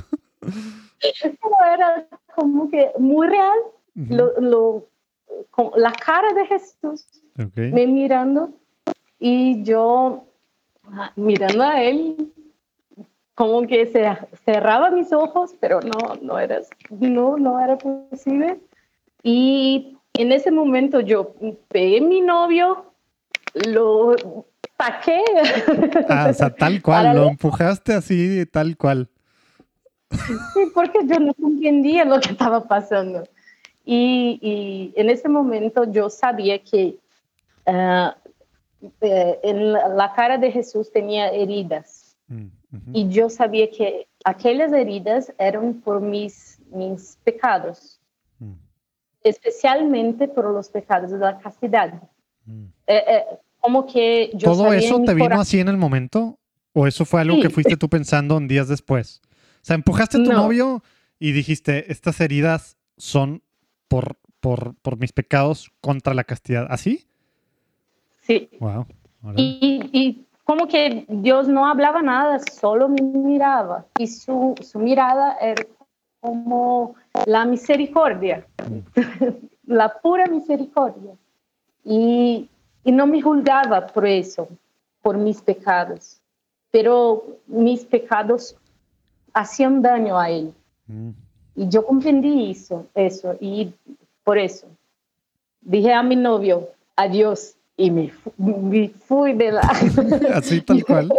Pero era como que muy real. Uh-huh. lo, lo, con la cara de Jesús okay. me mirando y yo mirando a él. Como que se cerraba mis ojos, pero no, no era, no, no era posible. Y en ese momento yo pegué a mi novio, lo saqué.
Ah, o sea, tal cual, lo empujaste así, tal cual.
Sí, porque yo no comprendía lo que estaba pasando. Y, y en ese momento yo sabía que uh, eh, en la, la cara de Jesús tenía heridas. Mm. Uh-huh. Y yo sabía que aquellas heridas eran por mis, mis pecados, mm. especialmente por los pecados de la castidad. Mm. Eh, eh, como que yo
¿Todo
sabía
eso
en
te vino
corazón...
así en el momento? ¿O eso fue algo
sí.
que fuiste tú pensando en días después? O sea, empujaste a tu no. novio y dijiste, estas heridas son por, por, por mis pecados contra la castidad. ¿Así?
Sí.
Wow.
Y, y como que Dios no hablaba nada, solo me miraba. Y su, su mirada era como la misericordia, mm. la pura misericordia. Y, y no me juzgaba por eso, por mis pecados. Pero mis pecados hacían daño a él. Mm. Y yo comprendí eso, eso. Y por eso dije a mi novio, adiós. Y me, fu- me fui de la...
Así tal cual.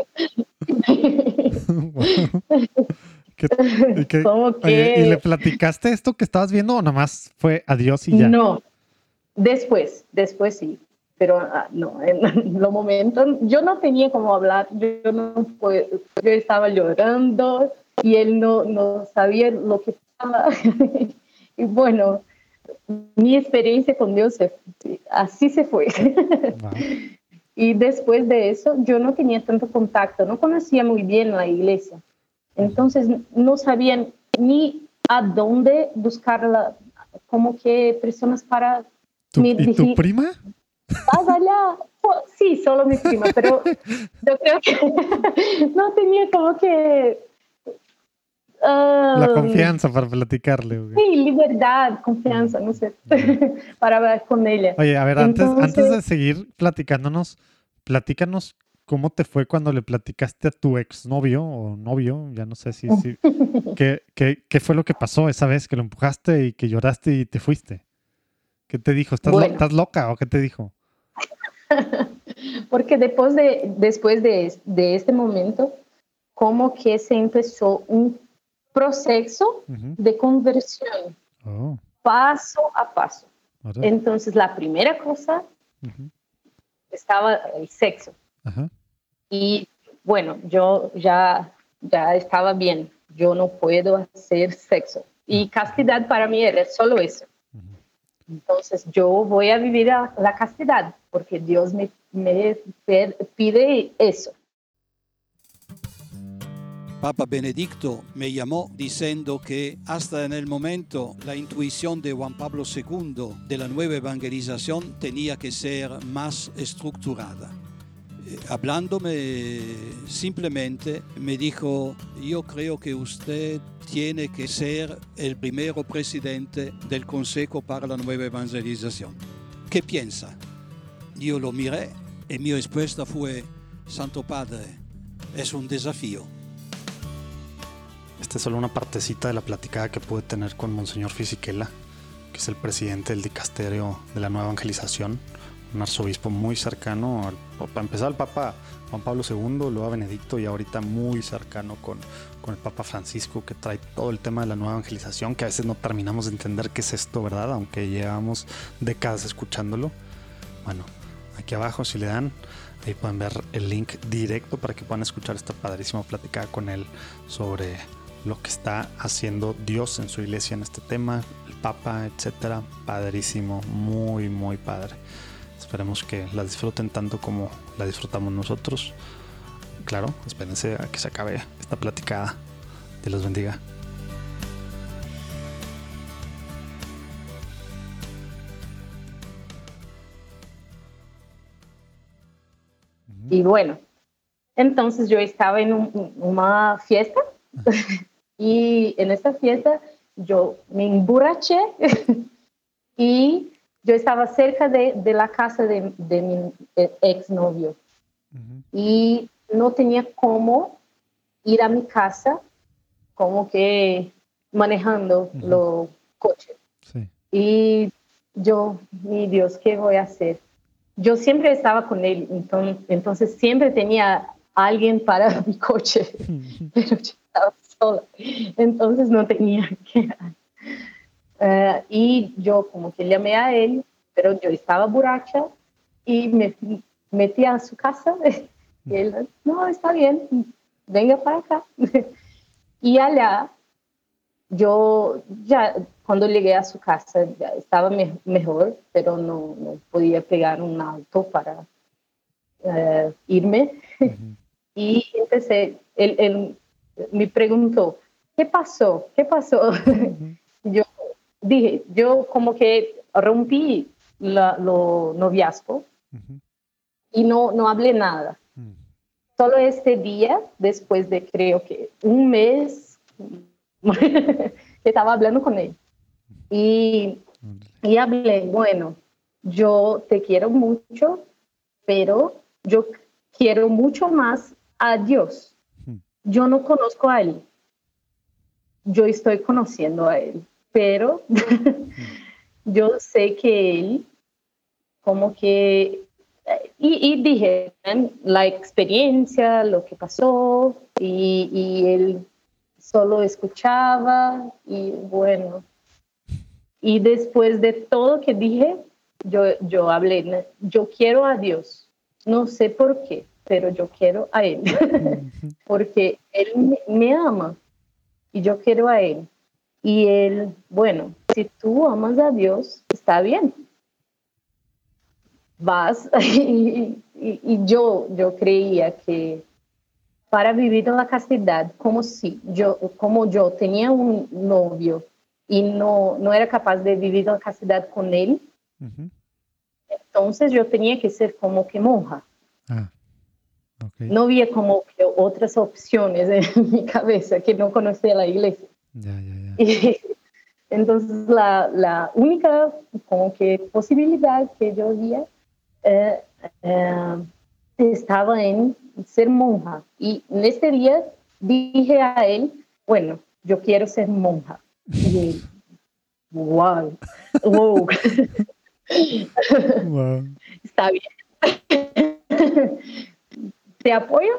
Wow. ¿Qué, y, qué,
¿Cómo que?
Oye, ¿y le platicaste esto que estabas viendo o nomás fue adiós y ya?
No, después, después sí. Pero uh, no, en los momentos, yo no tenía cómo hablar, yo no fue, yo estaba llorando y él no, no sabía lo que estaba. Y bueno, mi experiencia con Dios se, así se fue. Wow. Y después de eso yo no tenía tanto contacto, no conocía muy bien la iglesia, entonces no sabían ni a dónde buscarla, como que personas para...
¿Tu, ¿Y dije, tu prima?
Vas allá. Oh, sí, solo mi prima, pero yo creo que no tenía como que...
Uh, la confianza para platicarle.
Okay. Sí, libertad, confianza, no sé, para hablar con ella.
Oye, a ver, Entonces, antes, antes de seguir platicándonos, platícanos cómo te fue cuando le platicaste a tu exnovio o novio, ya no sé si... si ¿qué, qué, ¿Qué fue lo que pasó esa vez que lo empujaste y que lloraste y te fuiste? ¿Qué te dijo? ¿Estás, bueno. lo, ¿estás loca o qué te dijo?
Porque después de, después de, de este momento, como que se empezó un proceso uh-huh. de conversión, oh. paso a paso. Ahora. Entonces, la primera cosa uh-huh. estaba el sexo. Uh-huh. Y bueno, yo ya, ya estaba bien, yo no puedo hacer sexo. Y castidad para mí era solo eso. Entonces yo voy a vivir la castidad porque Dios me, me pide eso.
Papa Benedicto me llamó diciendo que hasta en el momento la intuición de Juan Pablo segundo de la nueva evangelización tenía que ser más estructurada. Eh, hablándome simplemente me dijo, yo creo que usted tiene que ser el primero presidente del Consejo para la Nueva Evangelización. ¿Qué piensa? Yo lo miré y mi respuesta fue, Santo Padre, es un desafío.
Esta es solo una partecita de la platicada que pude tener con Monseñor Fisichella, que es el presidente del dicasterio de la Nueva Evangelización, un arzobispo muy cercano, al, para empezar al Papa Juan Pablo segundo, luego a Benedicto y ahorita muy cercano con, con el Papa Francisco, que trae todo el tema de la Nueva Evangelización, que a veces no terminamos de entender qué es esto, ¿verdad? Aunque llevamos décadas escuchándolo. Bueno, aquí abajo si le dan, ahí pueden ver el link directo para que puedan escuchar esta padrísima platicada con él sobre lo que está haciendo Dios en su iglesia en este tema, el Papa, etcétera. Padrísimo, muy, muy padre. Esperemos que la disfruten tanto como la disfrutamos nosotros. Claro, espérense a que se acabe esta platicada. Dios los bendiga.
Y bueno, entonces yo estaba en un, una fiesta y en esta fiesta yo me emborraché y yo estaba cerca de, de la casa de, de mi exnovio. Uh-huh. Y no tenía cómo ir a mi casa como que manejando uh-huh. los coches. Sí. Y yo, mi Dios, ¿qué voy a hacer? Yo siempre estaba con él, entonces, entonces siempre tenía alguien para mi coche, uh-huh. pero yo estaba sola, entonces no tenía que... Uh, y yo como que llamé a él, pero yo estaba borracha y me metí a su casa y él, no, está bien, venga para acá. Y allá, yo ya cuando llegué a su casa ya estaba me- mejor, pero no, no podía pegar un auto para uh, irme. Uh-huh. Y empecé, él, él me preguntó, ¿qué pasó? ¿Qué pasó? Uh-huh. Yo dije, yo como que rompí la, lo noviazgo uh-huh. y no, no hablé nada. Uh-huh. Solo este día, después de creo que un mes, estaba hablando con él. Y, uh-huh. y hablé, bueno, yo te quiero mucho, pero yo quiero mucho más a Dios. Uh-huh. Yo no conozco a él. Yo estoy conociendo a él. Pero yo sé que él, como que, y, y dije, la experiencia, lo que pasó, y, y él solo escuchaba, y bueno, y después de todo que dije, yo, yo hablé, yo quiero a Dios, no sé por qué, pero yo quiero a él, porque él me, me ama, y yo quiero a él. Y él, bueno, si tú amas a Dios, está bien. Vas. y, y, y yo, yo creía que para vivir en la castidad, como si yo, como yo tenía un novio y no, no era capaz de vivir en la castidad con él, uh-huh. entonces yo tenía que ser como que monja. Ah, okay. No había como que otras opciones en mi cabeza, que no conocía la iglesia. Ya, ya, ya. Y entonces la, la única como que posibilidad que yo veía eh, eh, estaba en ser monja. Y en este día dije a él, bueno, yo quiero ser monja. Y él, wow, wow. Wow. Está bien. ¿Te apoyo?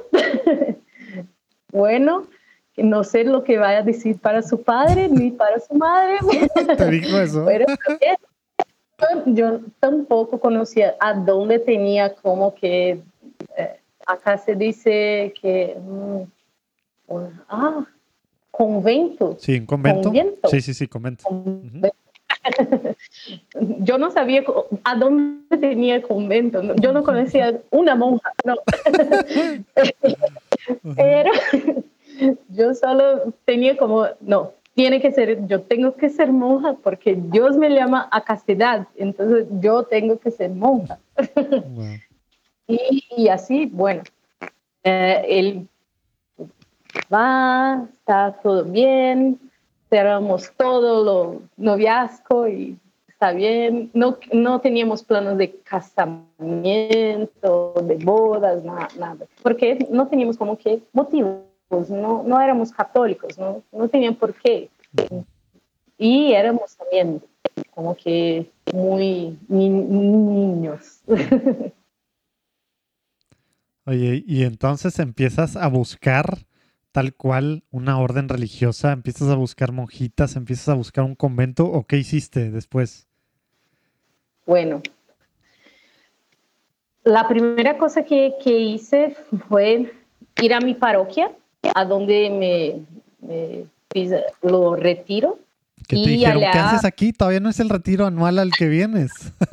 Bueno. No sé lo que vaya a decir para su padre ni para su madre.
¿Te dijo eso?
Pero yo tampoco conocía a dónde tenía como que eh, acá se dice que, um, ah, convento.
Sí, un convento.
Conviento.
Sí, sí, sí, convento.
Convento. Uh-huh. Yo no sabía a dónde tenía el convento. Yo no conocía una monja, no. Uh-huh. Pero yo solo tenía como, no, tiene que ser, yo tengo que ser monja porque Dios me llama a castidad, entonces yo tengo que ser monja. Wow. y, y así, bueno, eh, él va, está todo bien, cerramos todo lo noviazgo y está bien. No, no teníamos planos de casamiento, de bodas, nada, nada, porque no teníamos como que motivos. No, no éramos católicos, no, no tenían por qué. Y éramos también como que muy ni, niños.
Oye, y entonces empiezas a buscar tal cual una orden religiosa, empiezas a buscar monjitas, empiezas a buscar un convento, ¿o qué hiciste después?
Bueno, la primera cosa que, que hice fue ir a mi parroquia, a donde me, me lo retiro.
¿Qué te y dijeron? Allá... ¿Qué haces aquí? Todavía no es el retiro anual al que vienes.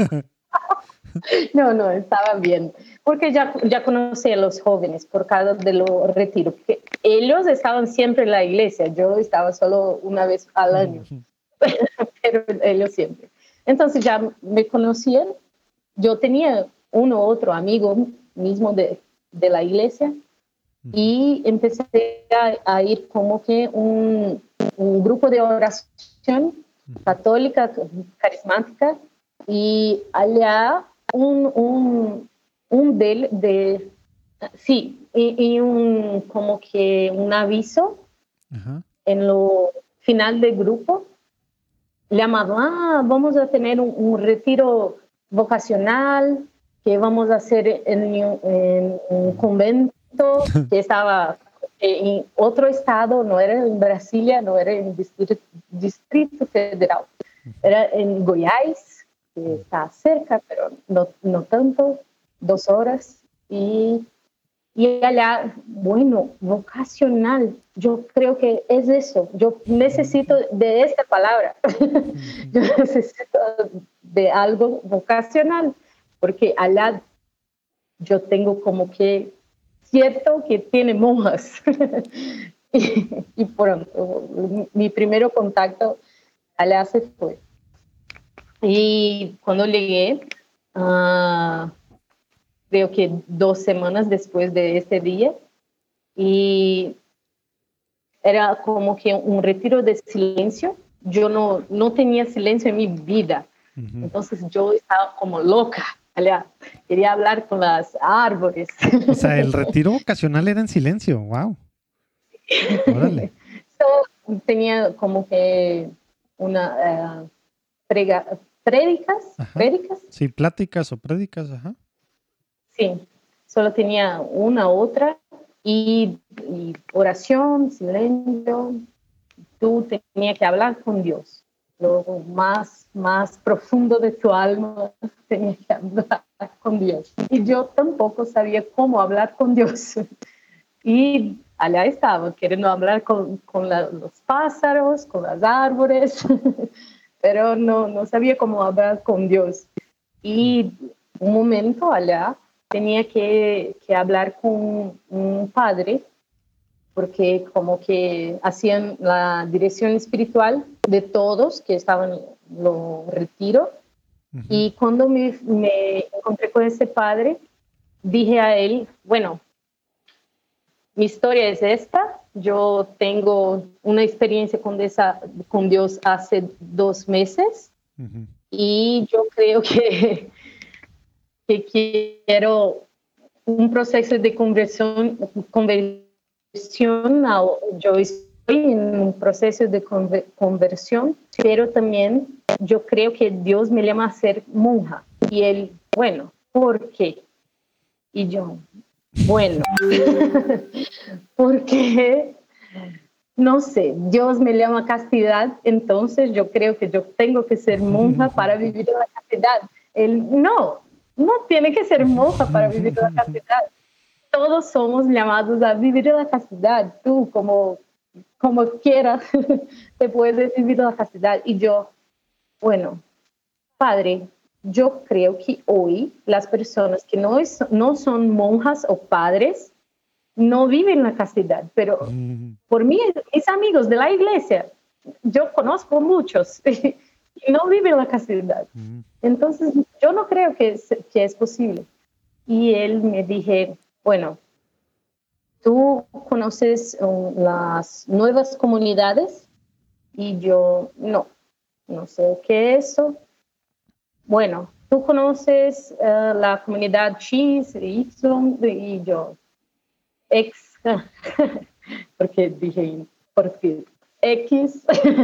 No, no, estaba bien, porque ya, ya conocí a los jóvenes por causa de los retiros. Que ellos estaban siempre en la iglesia, yo estaba solo una vez al año, pero ellos siempre. Entonces ya me conocían, yo tenía uno u otro amigo mismo de, de la iglesia, y empecé a, a ir como que un, un grupo de oración católica, carismática, y allá un, un, un del de, sí, y, y un como que un aviso uh-huh. en lo final del grupo, llamado, ah, vamos a tener un, un retiro vocacional que vamos a hacer en, en un convento que estaba en otro estado, no era en Brasilia, no era en Distrito, Distrito Federal, era en Goiás, que está cerca, pero no, no tanto, dos horas, y, y allá, bueno, vocacional, yo creo que es eso, yo necesito de esta palabra, yo necesito de algo vocacional, porque allá yo tengo como que cierto que tiene monjas. y, y pronto, mi, mi primer contacto allá se fue. Y cuando llegué, uh, creo que dos semanas después de este día, y era como que un retiro de silencio. Yo no, no tenía silencio en mi vida. Uh-huh. Entonces yo estaba como loca. Allá. Quería hablar con las árboles.
O sea, el retiro vocacional era en silencio. Wow. Órale.
So, tenía como que una uh, prega, prédicas, prédicas.
Sí, pláticas o prédicas, ajá.
Sí, solo tenía una otra y, y oración, silencio. Tú tenías que hablar con Dios. Lo más, más profundo de tu alma tenía que hablar con Dios. Y yo tampoco sabía cómo hablar con Dios. Y allá estaba, queriendo hablar con, con la, los pájaros, con los árboles, pero no, no sabía cómo hablar con Dios. Y un momento allá tenía que, que hablar con un padre, porque como que hacían la dirección espiritual de todos que estaban en lo retiro. Uh-huh. Y cuando me, me encontré con ese padre, dije a él, bueno, mi historia es esta, yo tengo una experiencia con, esa, con Dios hace dos meses, uh-huh. y yo creo que, que quiero un proceso de conversión, conversión. Yo estoy en un proceso de conversión, pero también yo creo que Dios me llama a ser monja. Y él, bueno, ¿por qué? Y yo, bueno, porque, no sé, Dios me llama a castidad, entonces yo creo que yo tengo que ser monja para vivir en la castidad. Él, no, no tiene que ser monja para vivir en la castidad. todos somos llamados a vivir la castidad. Tú, como, como quieras, te puedes vivir la castidad. Y yo, bueno, Padre, yo creo que hoy las personas que no, es, no son monjas o padres no viven la castidad, pero mm. por mí, mis amigos de la iglesia, yo conozco muchos y no viven la castidad. Mm. Entonces, yo no creo que es, que es posible. Y él me dije, bueno, ¿tú conoces um, las nuevas comunidades? Y yo, no, no sé qué es eso. Bueno, ¿tú conoces uh, la comunidad X, Y? Y yo, X, porque dije, porque X,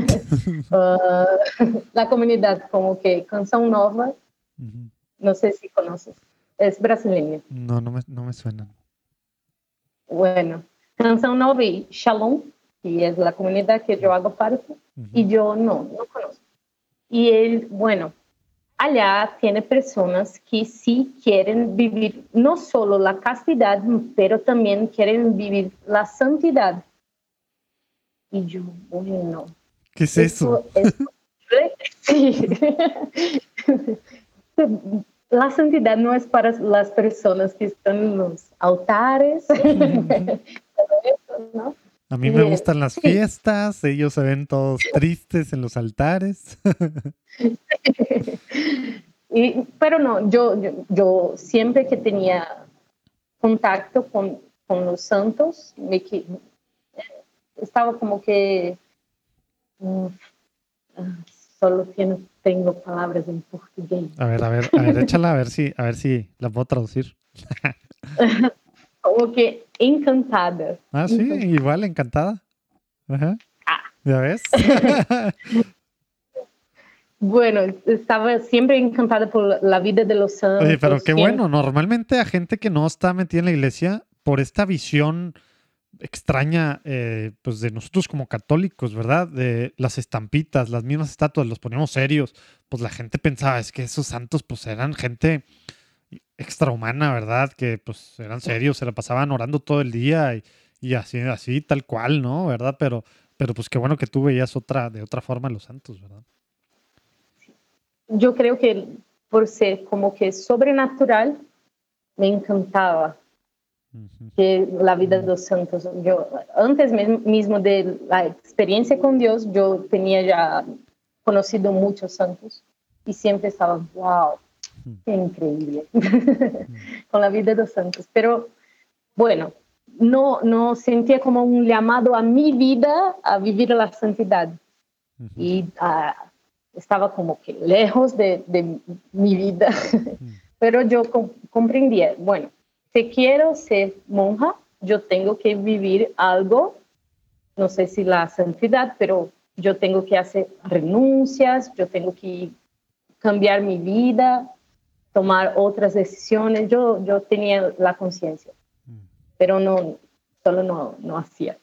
uh, la comunidad como que Canção Nova, uh-huh. No sé si conoces, es brasileña.
No, no me, no me suena.
Bueno, Canção Nova y Shalom, que es la comunidad que yo hago parte, uh-huh. Y yo no, no conozco. Y él, bueno, allá tiene personas que sí quieren vivir no solo la castidad, pero también quieren vivir la santidad. Y yo, bueno,
¿qué es eso?
eso? Es, sí. La santidad no es para las personas que están en los altares. ¿No?
A mí me gustan las fiestas, ellos se ven todos tristes en los altares.
Y, pero no, yo, yo, yo siempre que tenía contacto con, con los santos, me, estaba como que um, solo tiene, tengo palabras en portugués.
A ver, a ver, a ver, échala a ver si, a ver si la puedo traducir.
Como que encantada.
Ah, sí, encantada. Igual encantada. Ajá. Ah. ¿Ya ves?
Bueno, estaba siempre encantada por la vida de los santos.
Oye, pero qué bueno. Normalmente a gente que no está metida en la iglesia, por esta visión extraña, eh, pues de nosotros como católicos, ¿verdad? De las estampitas, las mismas estatuas, los poníamos serios. Pues la gente pensaba, es que esos santos pues eran gente extrahumana, ¿verdad? Que pues eran serios, se la pasaban orando todo el día y, y así, así, tal cual, ¿no? ¿Verdad? Pero, pero pues qué bueno que tú veías otra, de otra forma los santos, ¿verdad?
Yo creo que por ser como que sobrenatural, me encantaba uh-huh. que la vida de los santos. Yo, antes mismo de la experiencia con Dios, yo tenía ya conocido muchos santos y siempre estaba, wow, qué increíble, uh-huh. con la vida de los santos. Pero bueno, no, no sentía como un llamado a mi vida a vivir la santidad. Uh-huh. Y a estaba como que lejos de, de mi vida, pero yo com- comprendía, bueno, si quiero ser monja, yo tengo que vivir algo, no sé si la santidad, pero yo tengo que hacer renuncias, yo tengo que cambiar mi vida, tomar otras decisiones, yo, yo tenía la conciencia, pero no, solo no, no hacía.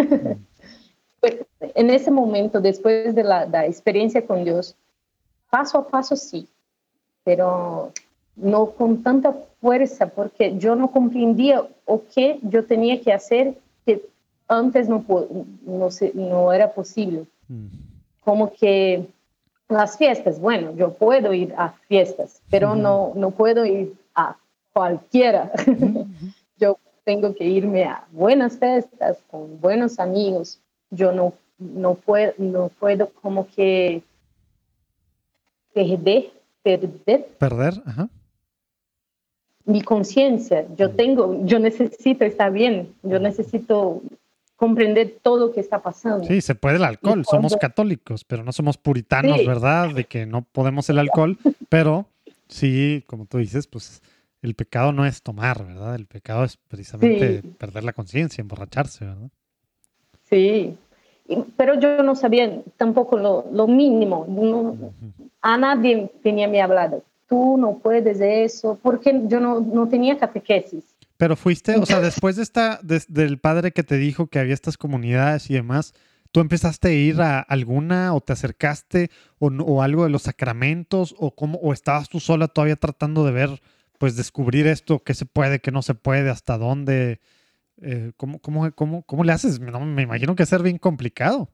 En ese momento, después de la, la experiencia con Dios, paso a paso sí, pero no con tanta fuerza, porque yo no comprendía o qué yo tenía que hacer que antes no, no, no era posible. Mm. Como que las fiestas, bueno, yo puedo ir a fiestas, pero mm. no, no puedo ir a cualquiera. Mm. Yo tengo que irme a buenas fiestas, con buenos amigos. Yo no No puedo, no puedo como que perder, perder,
perder ajá.
mi conciencia. Yo tengo, yo necesito estar bien, yo necesito comprender todo lo que está pasando.
Sí, se puede el alcohol, cuando... somos católicos, pero no somos puritanos, sí. ¿verdad? De que no podemos el alcohol, pero sí, como tú dices, pues el pecado no es tomar, ¿verdad? El pecado es precisamente sí. perder la conciencia, emborracharse, ¿verdad?
Sí. Pero yo no sabía tampoco lo, lo mínimo. No, uh-huh. A nadie tenía me hablado. Tú no puedes eso, porque yo no, no tenía catequesis.
Pero fuiste, o sea, después de esta, de, del padre que te dijo que había estas comunidades y demás, ¿tú empezaste a ir a alguna o te acercaste o, o algo de los sacramentos o cómo, o estabas tú sola todavía tratando de ver pues descubrir esto, qué se puede, qué no se puede, hasta dónde, eh, ¿cómo, cómo, cómo, cómo le haces? No, me imagino que es ser bien complicado.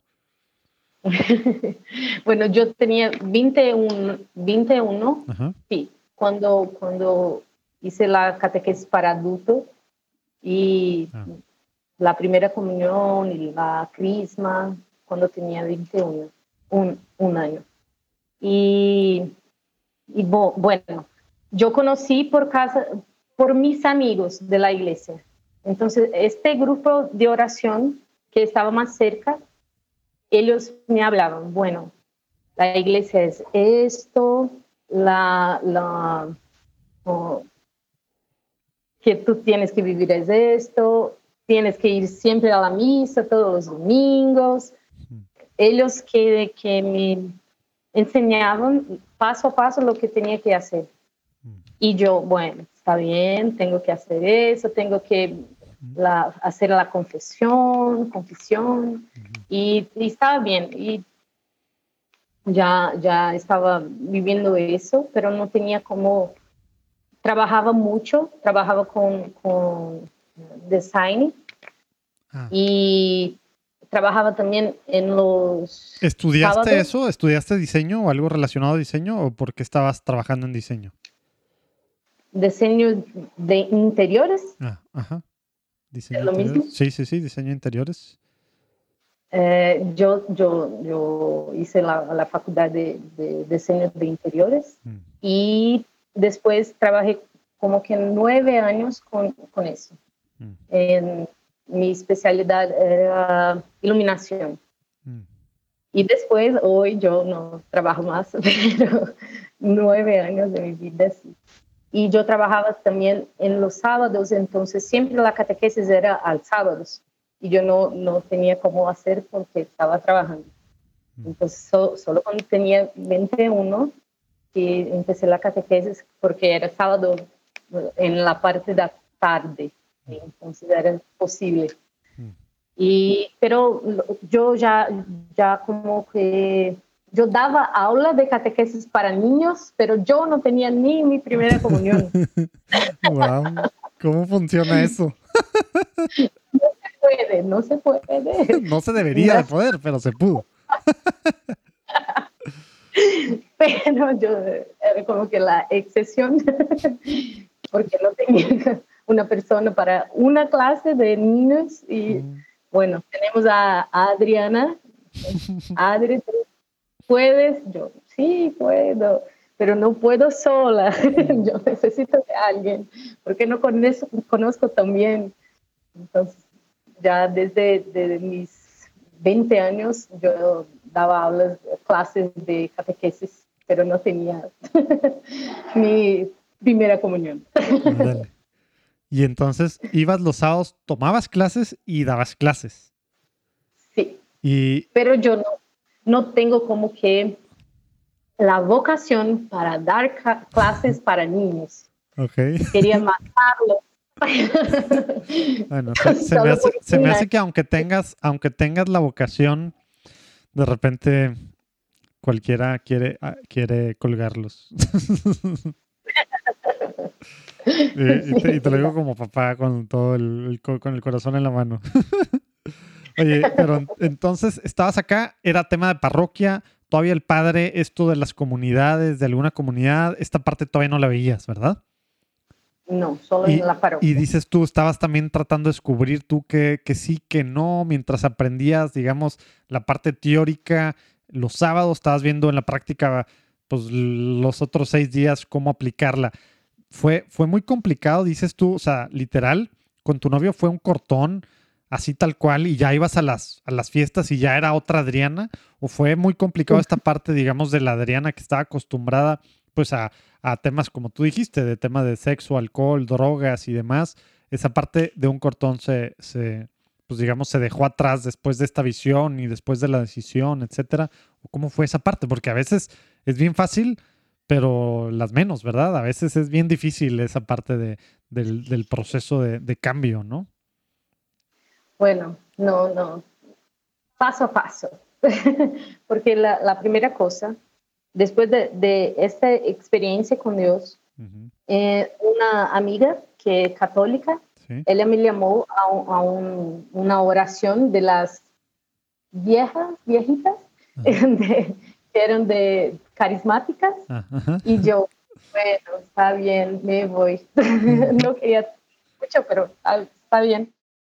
Bueno, yo tenía veintiuno, veintiuno
Ajá.
sí, cuando, cuando hice la catequesis para adultos y
Ah.
la primera comunión y la crisma, cuando tenía veintiuno, un, un año. Y, y bo, bueno, yo conocí por casa, por mis amigos de la iglesia. Entonces, este grupo de oración que estaba más cerca, ellos me hablaban, bueno, la iglesia es esto, la, la oh, que tú tienes que vivir es esto, tienes que ir siempre a la misa todos los domingos. Ellos que, que me enseñaban paso a paso lo que tenía que hacer. Y yo, bueno, está bien, tengo que hacer eso, tengo que la, hacer la confesión, confesión, y, y estaba bien. Y ya, ya estaba viviendo eso, pero no tenía como... Trabajaba mucho, trabajaba con, con design ah. y trabajaba también en los
¿Estudiaste
sábados.
eso? ¿Estudiaste diseño o algo relacionado a diseño o por qué estabas trabajando en diseño?
Diseño de interiores.
Ah, ajá. ¿Diseño
¿Es lo
interiores?
mismo?
Sí, sí, sí, diseño interiores.
Eh, yo, yo, yo hice la, la facultad de, de diseño de interiores mm. y después trabajé como que nueve años con, con eso. Mm. En, mi especialidad era iluminación. Mm. Y después, hoy yo no trabajo más, pero nueve años de mi vida. Sí. Y yo trabajaba también en los sábados, entonces siempre la catequesis era al sábados. Y yo no, no tenía cómo hacer porque estaba trabajando. Entonces, so, solo cuando tenía veintiuno, que empecé la catequesis porque era sábado en la parte de la tarde. Entonces, era posible. Y, pero yo ya, ya como que... Yo daba aula de catequesis para niños, pero yo no tenía ni mi primera comunión.
Wow. ¿Cómo funciona eso?
Puede, no se puede.
No se debería de poder, pero se pudo.
Pero yo era como que la excepción, porque no tenía una persona para una clase de niños. Y mm. bueno, tenemos a, a Adriana. Adri, ¿puedes? Yo, sí, puedo, pero no puedo sola. Yo necesito de alguien, porque no conozco, conozco también. Entonces, ya desde, desde mis veinte años yo daba aulas, clases de catequesis, pero no tenía mi primera comunión.
Dale. Y entonces ibas los sábados, tomabas clases y dabas clases.
Sí,
y...
pero yo no, no tengo como que la vocación para dar clases para niños.
Okay.
Quería matarlo.
Bueno, se, se, me hace, se me hace que aunque tengas, aunque tengas la vocación, de repente cualquiera quiere, quiere colgarlos. y, y, te, y te lo digo como papá con todo el, el, con el corazón en la mano. Oye, pero entonces estabas acá, era tema de parroquia, todavía el padre, esto de las comunidades, de alguna comunidad, esta parte todavía no la veías, ¿verdad?
No, solo
y,
en la parroquia.
Y dices tú, estabas también tratando de descubrir tú que, que sí, que no, mientras aprendías, digamos, la parte teórica, los sábados estabas viendo en la práctica, pues los otros seis días cómo aplicarla. Fue, fue muy complicado, dices tú, o sea, literal, con tu novio fue un cortón, así tal cual, y ya ibas a las, a las fiestas y ya era otra Adriana, o fue muy complicado esta parte, digamos, de la Adriana que estaba acostumbrada, pues a, a temas como tú dijiste, de temas de sexo, alcohol, drogas y demás, esa parte de un cortón se, se, pues digamos, se dejó atrás después de esta visión y después de la decisión, etcétera. ¿Cómo fue esa parte? Porque a veces es bien fácil, pero las menos, ¿verdad? A veces es bien difícil esa parte de, del, del proceso de, de cambio, ¿no?
Bueno, no, no, paso a paso, porque la, la primera cosa, después de, de esta experiencia con Dios, uh-huh. eh, una amiga que es católica, sí. Ella me llamó a, a un, una oración de las viejas, viejitas, de, que eran de carismáticas, ajá. Y yo, bueno, está bien, me voy. No quería mucho, pero está, está bien.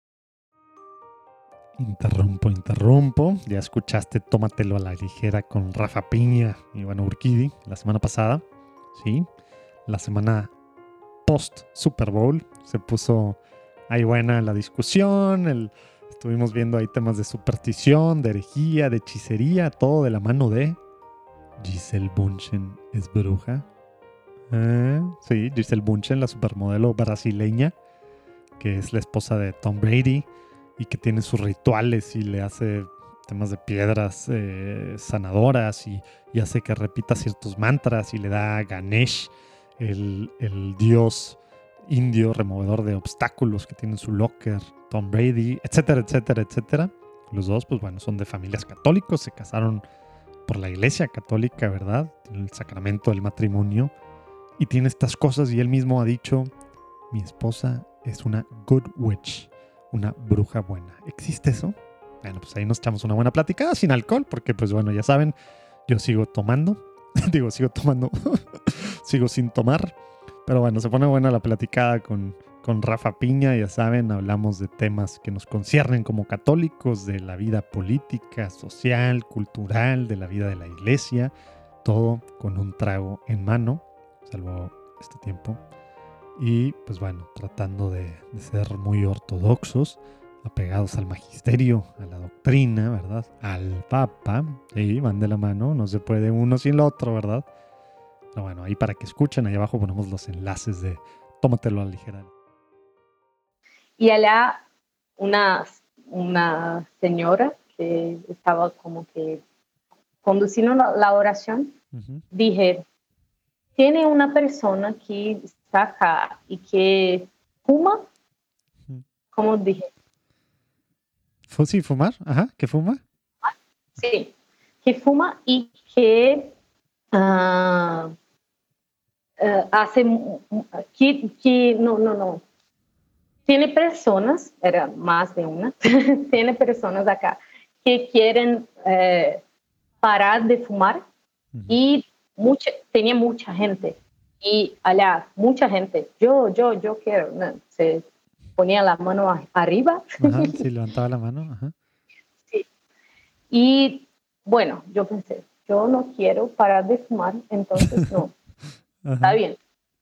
Interrumpo, interrumpo. Ya escuchaste Tómatelo a la ligera con Rafa Piña y Iván Urquidi la semana pasada, ¿sí? La semana post Super Bowl se puso ahí buena la discusión, el, estuvimos viendo ahí temas de superstición, de herejía, de hechicería, todo de la mano de Gisele Bündchen es bruja. Eh, sí, Gisele Bündchen, la supermodelo brasileña, que es la esposa de Tom Brady y que tiene sus rituales y le hace temas de piedras eh, sanadoras y, y hace que repita ciertos mantras y le da a Ganesh, el, el dios indio removedor de obstáculos que tiene en su locker, Tom Brady, etcétera, etcétera, etcétera. Los dos, pues bueno, son de familias católicos, se casaron por la iglesia católica, ¿verdad? Tiene el sacramento del matrimonio y tiene estas cosas y él mismo ha dicho, mi esposa es una good witch, una bruja buena. ¿Existe eso? Bueno, pues ahí nos echamos una buena platicada sin alcohol, porque pues bueno, ya saben, yo sigo tomando, digo, sigo tomando, sigo sin tomar, pero bueno, se pone buena la platicada con, con Rafa Piña, ya saben, hablamos de temas que nos conciernen como católicos, de la vida política, social, cultural, de la vida de la iglesia, todo con un trago en mano, salvo este tiempo. Y pues bueno, tratando de, de ser muy ortodoxos, apegados al magisterio, a la doctrina, ¿verdad? Al Papa, sí, van de la mano, no se puede uno sin lo otro, ¿verdad? Pero bueno, ahí para que escuchen, ahí abajo ponemos los enlaces de Tómatelo a la ligera.
Y allá una, una señora que estaba como que conduciendo la, la oración, uh-huh. Dije, tiene una persona que está acá y que fuma, ¿cómo dije?
Sí, fumar, ajá, ¿que fuma?
Sí, que fuma y que uh, uh, hace, que, que, no, no, no, tiene personas, era más de una, tiene personas acá que quieren uh, parar de fumar uh-huh. Y mucha, tenía mucha gente. Y allá, mucha gente, yo, yo, yo quiero, no, se ponía la mano a, arriba.
Ajá, sí, levantaba la mano. Ajá.
Sí. Y bueno, yo pensé, yo no quiero parar de fumar, entonces no, está bien.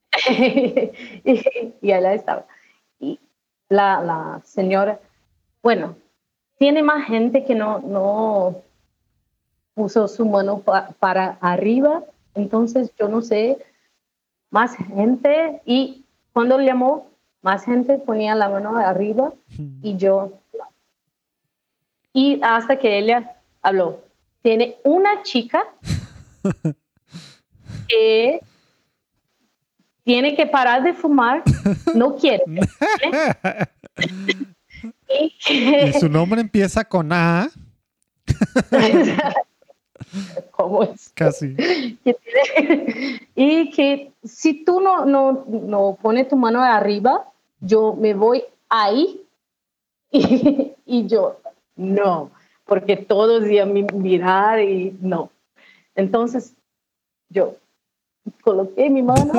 y, y allá estaba. Y la, la señora, bueno, tiene más gente que no, no puso su mano pa, para arriba, entonces yo no sé, más gente, y cuando le llamó, más gente ponía la mano arriba y yo. Y hasta que ella habló, tiene una chica que tiene que parar de fumar, no quiere. ¿eh?
y, que... y su nombre empieza con A.
¿Cómo es?
Casi.
Y que si tú no, no, no pones tu mano arriba, yo me voy ahí y, y yo no, porque todos iban a mirar y no. Entonces yo coloqué mi mano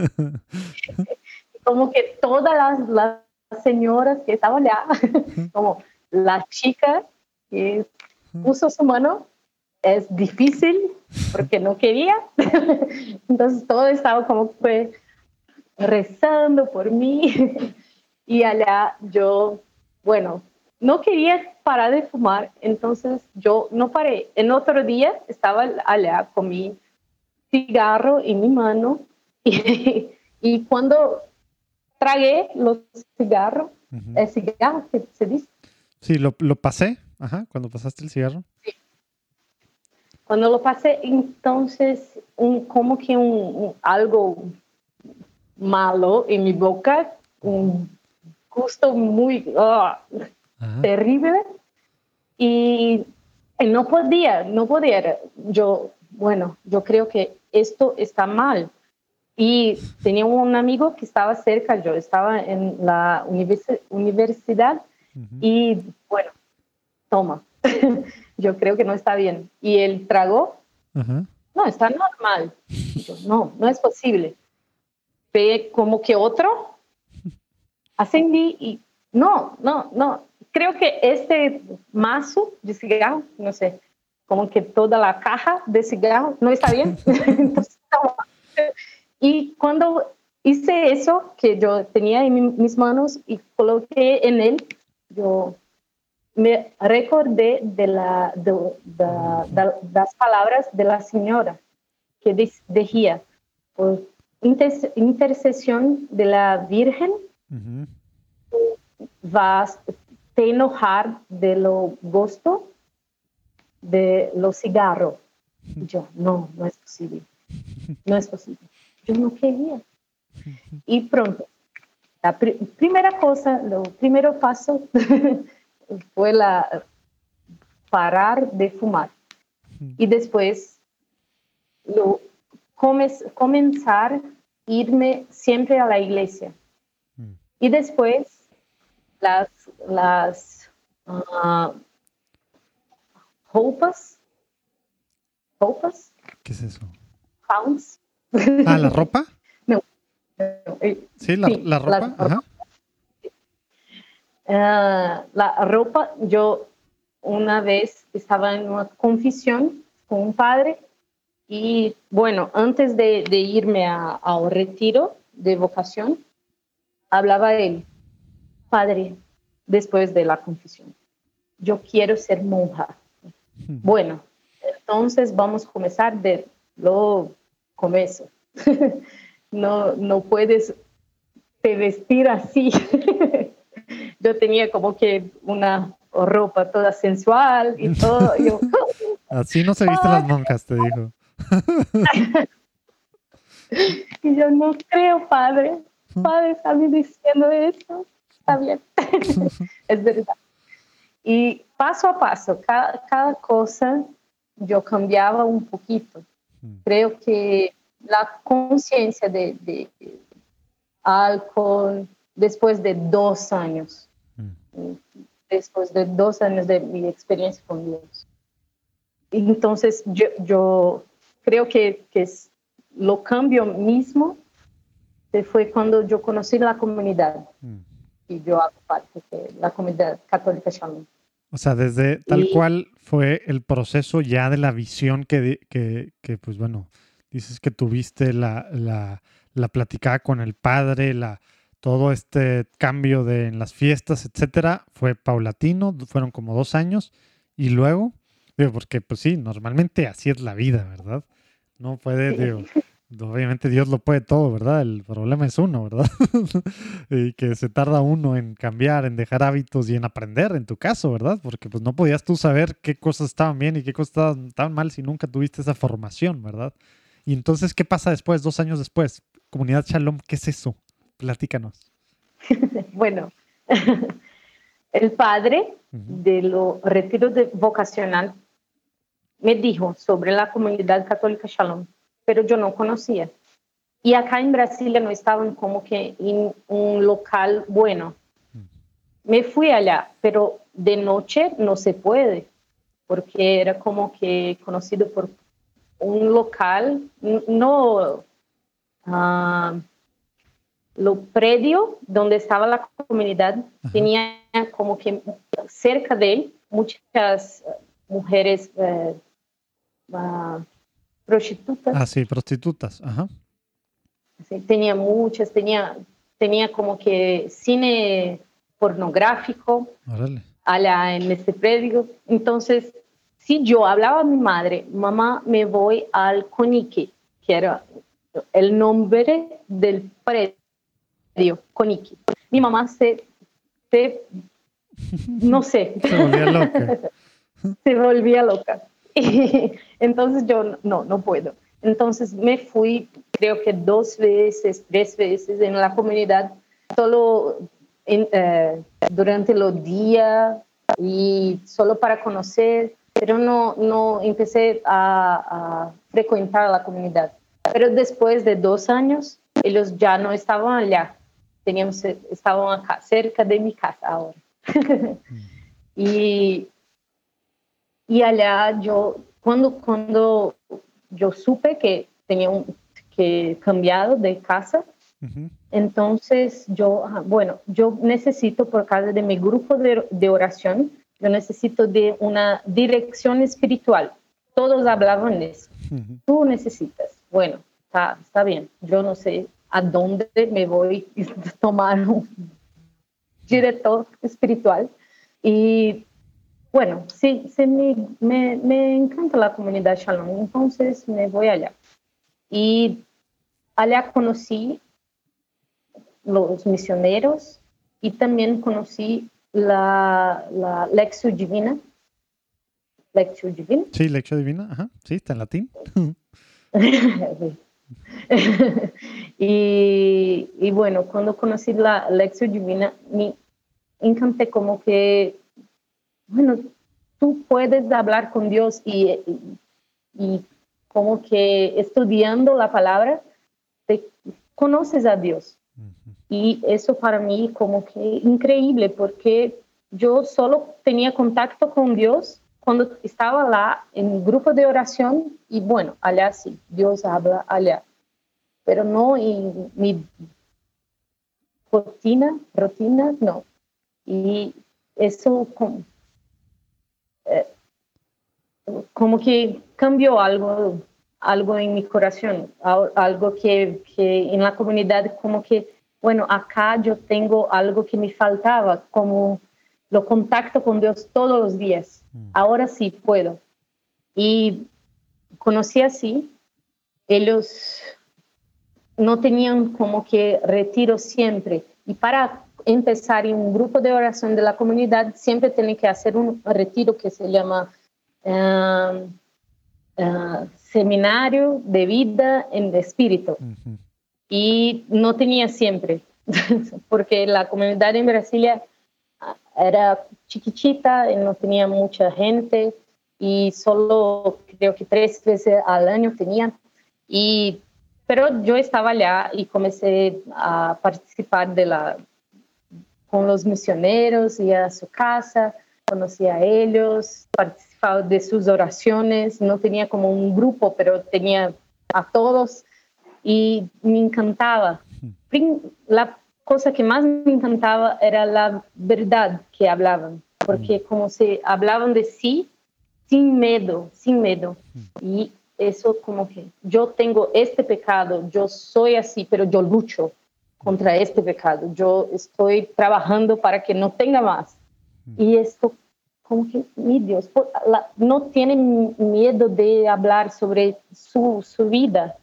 como que todas las, las señoras que estaban allá, como la chica que puso su mano, es difícil porque no quería. Entonces todo estaba como que rezando por mí. Y allá yo, bueno, no quería parar de fumar, entonces yo no paré. En otro día estaba allá con mi cigarro en mi mano y, y cuando tragué los cigarros, uh-huh. el cigarro, ¿qué se dice?
Sí, lo, lo pasé, ajá, cuando pasaste el cigarro.
Sí. Cuando lo pasé, entonces, un, como que un, un, algo malo en mi boca, un gusto muy oh, terrible, y, y no podía, no podía. Yo, bueno, yo creo que esto está mal. Y tenía un amigo que estaba cerca, yo estaba en la univers- universidad uh-huh. Y bueno, toma, yo creo que no está bien. Y él tragó, uh-huh. No, está normal. Yo, no, no es posible. Ve como que otro, ascendí y no, no, no. Creo que este mazo de cigarro, no sé, como que toda la caja de cigarro no está bien. Entonces, no. Y cuando hice eso, que yo tenía en mis manos y coloqué en él, yo me recordé de, la, de, de, de, de las palabras de la señora que decía, por inter, intercesión de la Virgen, uh-huh. Vas a te enojar de lo gusto de los cigarros. Y yo, no, no es posible, no es posible. Yo no quería. Y pronto, la pr- primera cosa, lo primero paso fue la parar de fumar. Y después lo, comes, comenzar a irme siempre a la iglesia. Y después las, las uh, ropas, ropas.
¿Qué es eso?
Pounds.
Ah, ¿la ropa?
No. no eh,
sí, la,
sí,
la ropa.
La,
Ajá.
Uh, la ropa, yo una vez estaba en una confesión con un padre y bueno, antes de, de irme a, a un retiro de vocación, hablaba él, padre, después de la confesión, yo quiero ser monja. Hmm. Bueno, entonces vamos a comenzar de lo comienzo. no, no puedes te vestir así. Yo tenía como que una ropa toda sensual y todo. Yo,
así no se visten las monjas, te dijo.
Y yo no creo, padre. Padre está me diciendo eso. Está bien. Es verdad. Y paso a paso, cada, cada cosa yo cambiaba un poquito. Creo que la conciencia de, de, de alcohol, después de dos años, mm. después de dos años de mi experiencia con Dios. Entonces, yo, yo creo que, que es, lo cambio mismo fue cuando yo conocí la comunidad. Mm. Y yo hago parte de la comunidad católica Shalom.
O sea, desde tal
y,
cual fue el proceso ya de la visión que, que, que pues bueno, dices que tuviste la, la, la platicada con el padre, la, todo este cambio de, en las fiestas, etcétera, fue paulatino, fueron como dos años y luego, digo, porque pues sí, normalmente así es la vida, ¿verdad? No puede, sí. digo, obviamente Dios lo puede todo, ¿verdad? El problema es uno, ¿verdad? Y que se tarda uno en cambiar, en dejar hábitos y en aprender, en tu caso, ¿verdad? Porque pues no podías tú saber qué cosas estaban bien y qué cosas estaban, estaban mal si nunca tuviste esa formación, ¿verdad? Y entonces, ¿qué pasa después, dos años después? Comunidad Shalom, ¿qué es eso? Platícanos.
Bueno, el padre uh-huh. de los retiros de vocacional me dijo sobre la comunidad católica Shalom, pero yo no conocía. Y acá en Brasilia no estaban como que en un local bueno. Me fui allá, pero de noche no se puede, porque era como que conocido por un local, no, uh, lo predio donde estaba la comunidad, uh-huh. tenía como que cerca de él muchas mujeres uh, uh, prostitutas.
Ah, sí, prostitutas, ajá.
Sí, tenía muchas, tenía, tenía como que cine pornográfico
Órale.
allá en este predio. Entonces, si yo hablaba a mi madre, mamá, me voy al Conique, que era el nombre del predio, Conique. Mi mamá se, se no sé.
Se volvía loca.
Se volvía loca. Y entonces yo, no, no puedo. Entonces me fui, creo que dos veces, tres veces en la comunidad, solo en, eh, durante los días y solo para conocer, pero no, no empecé a, a frecuentar la comunidad. Pero después de dos años, ellos ya no estaban allá. Teníamos, estaban acá, cerca de mi casa ahora. y, y allá yo, cuando, cuando yo supe que tenía un, que cambiado de casa, uh-huh. Entonces yo, bueno, yo necesito, por causa de mi grupo de, de oración, yo necesito de una dirección espiritual. Todos hablaban de eso. Uh-huh. Tú necesitas. Bueno, está, está bien. Yo no sé a dónde me voy a tomar un director espiritual. Y bueno, sí, sí me, me, me encanta la comunidad Shalom, entonces me voy allá. Y allá conocí los misioneros y también conocí la, la Lección Divina. ¿Lección Divina?
Sí, Lección Divina, ajá, sí, está en latín.
y, y bueno, cuando conocí la Lección Divina, me encanté como que, bueno, tú puedes hablar con Dios y, y, y como que estudiando la palabra, te conoces a Dios. Y eso para mí como que increíble, porque yo solo tenía contacto con Dios cuando estaba lá en grupo de oración y bueno, allá sí, Dios habla allá, pero no en mi rutina, rutina, no. Y eso como, eh, como que cambió algo, algo en mi corazón, algo que, que en la comunidad como que bueno, acá yo tengo algo que me faltaba, como lo contacto con Dios todos los días. Mm. Ahora sí puedo. Y conocí así, ellos no tenían como que retiro siempre. Y para empezar en un grupo de oración de la comunidad, siempre tienen que hacer un retiro que se llama uh, uh, Seminario de Vida en el Espíritu. Mm-hmm. Y no tenía siempre, porque la comunidad en Brasilia era chiquitita y no tenía mucha gente y solo creo que tres veces al año tenían. Y, pero yo estaba allá y comencé a participar de la, con los misioneros, iba a su casa, conocía a ellos, participaba de sus oraciones, no tenía como un grupo, pero tenía a todos. Y me encantaba. La cosa que más me encantaba era la verdad que hablaban, porque como se hablaban de sí, sin miedo, sin miedo. Y eso como que yo tengo este pecado, yo soy así, pero yo lucho contra este pecado. Yo estoy trabajando para que no tenga más. Y esto como que, mi Dios, no tienen miedo de hablar sobre su, su vida.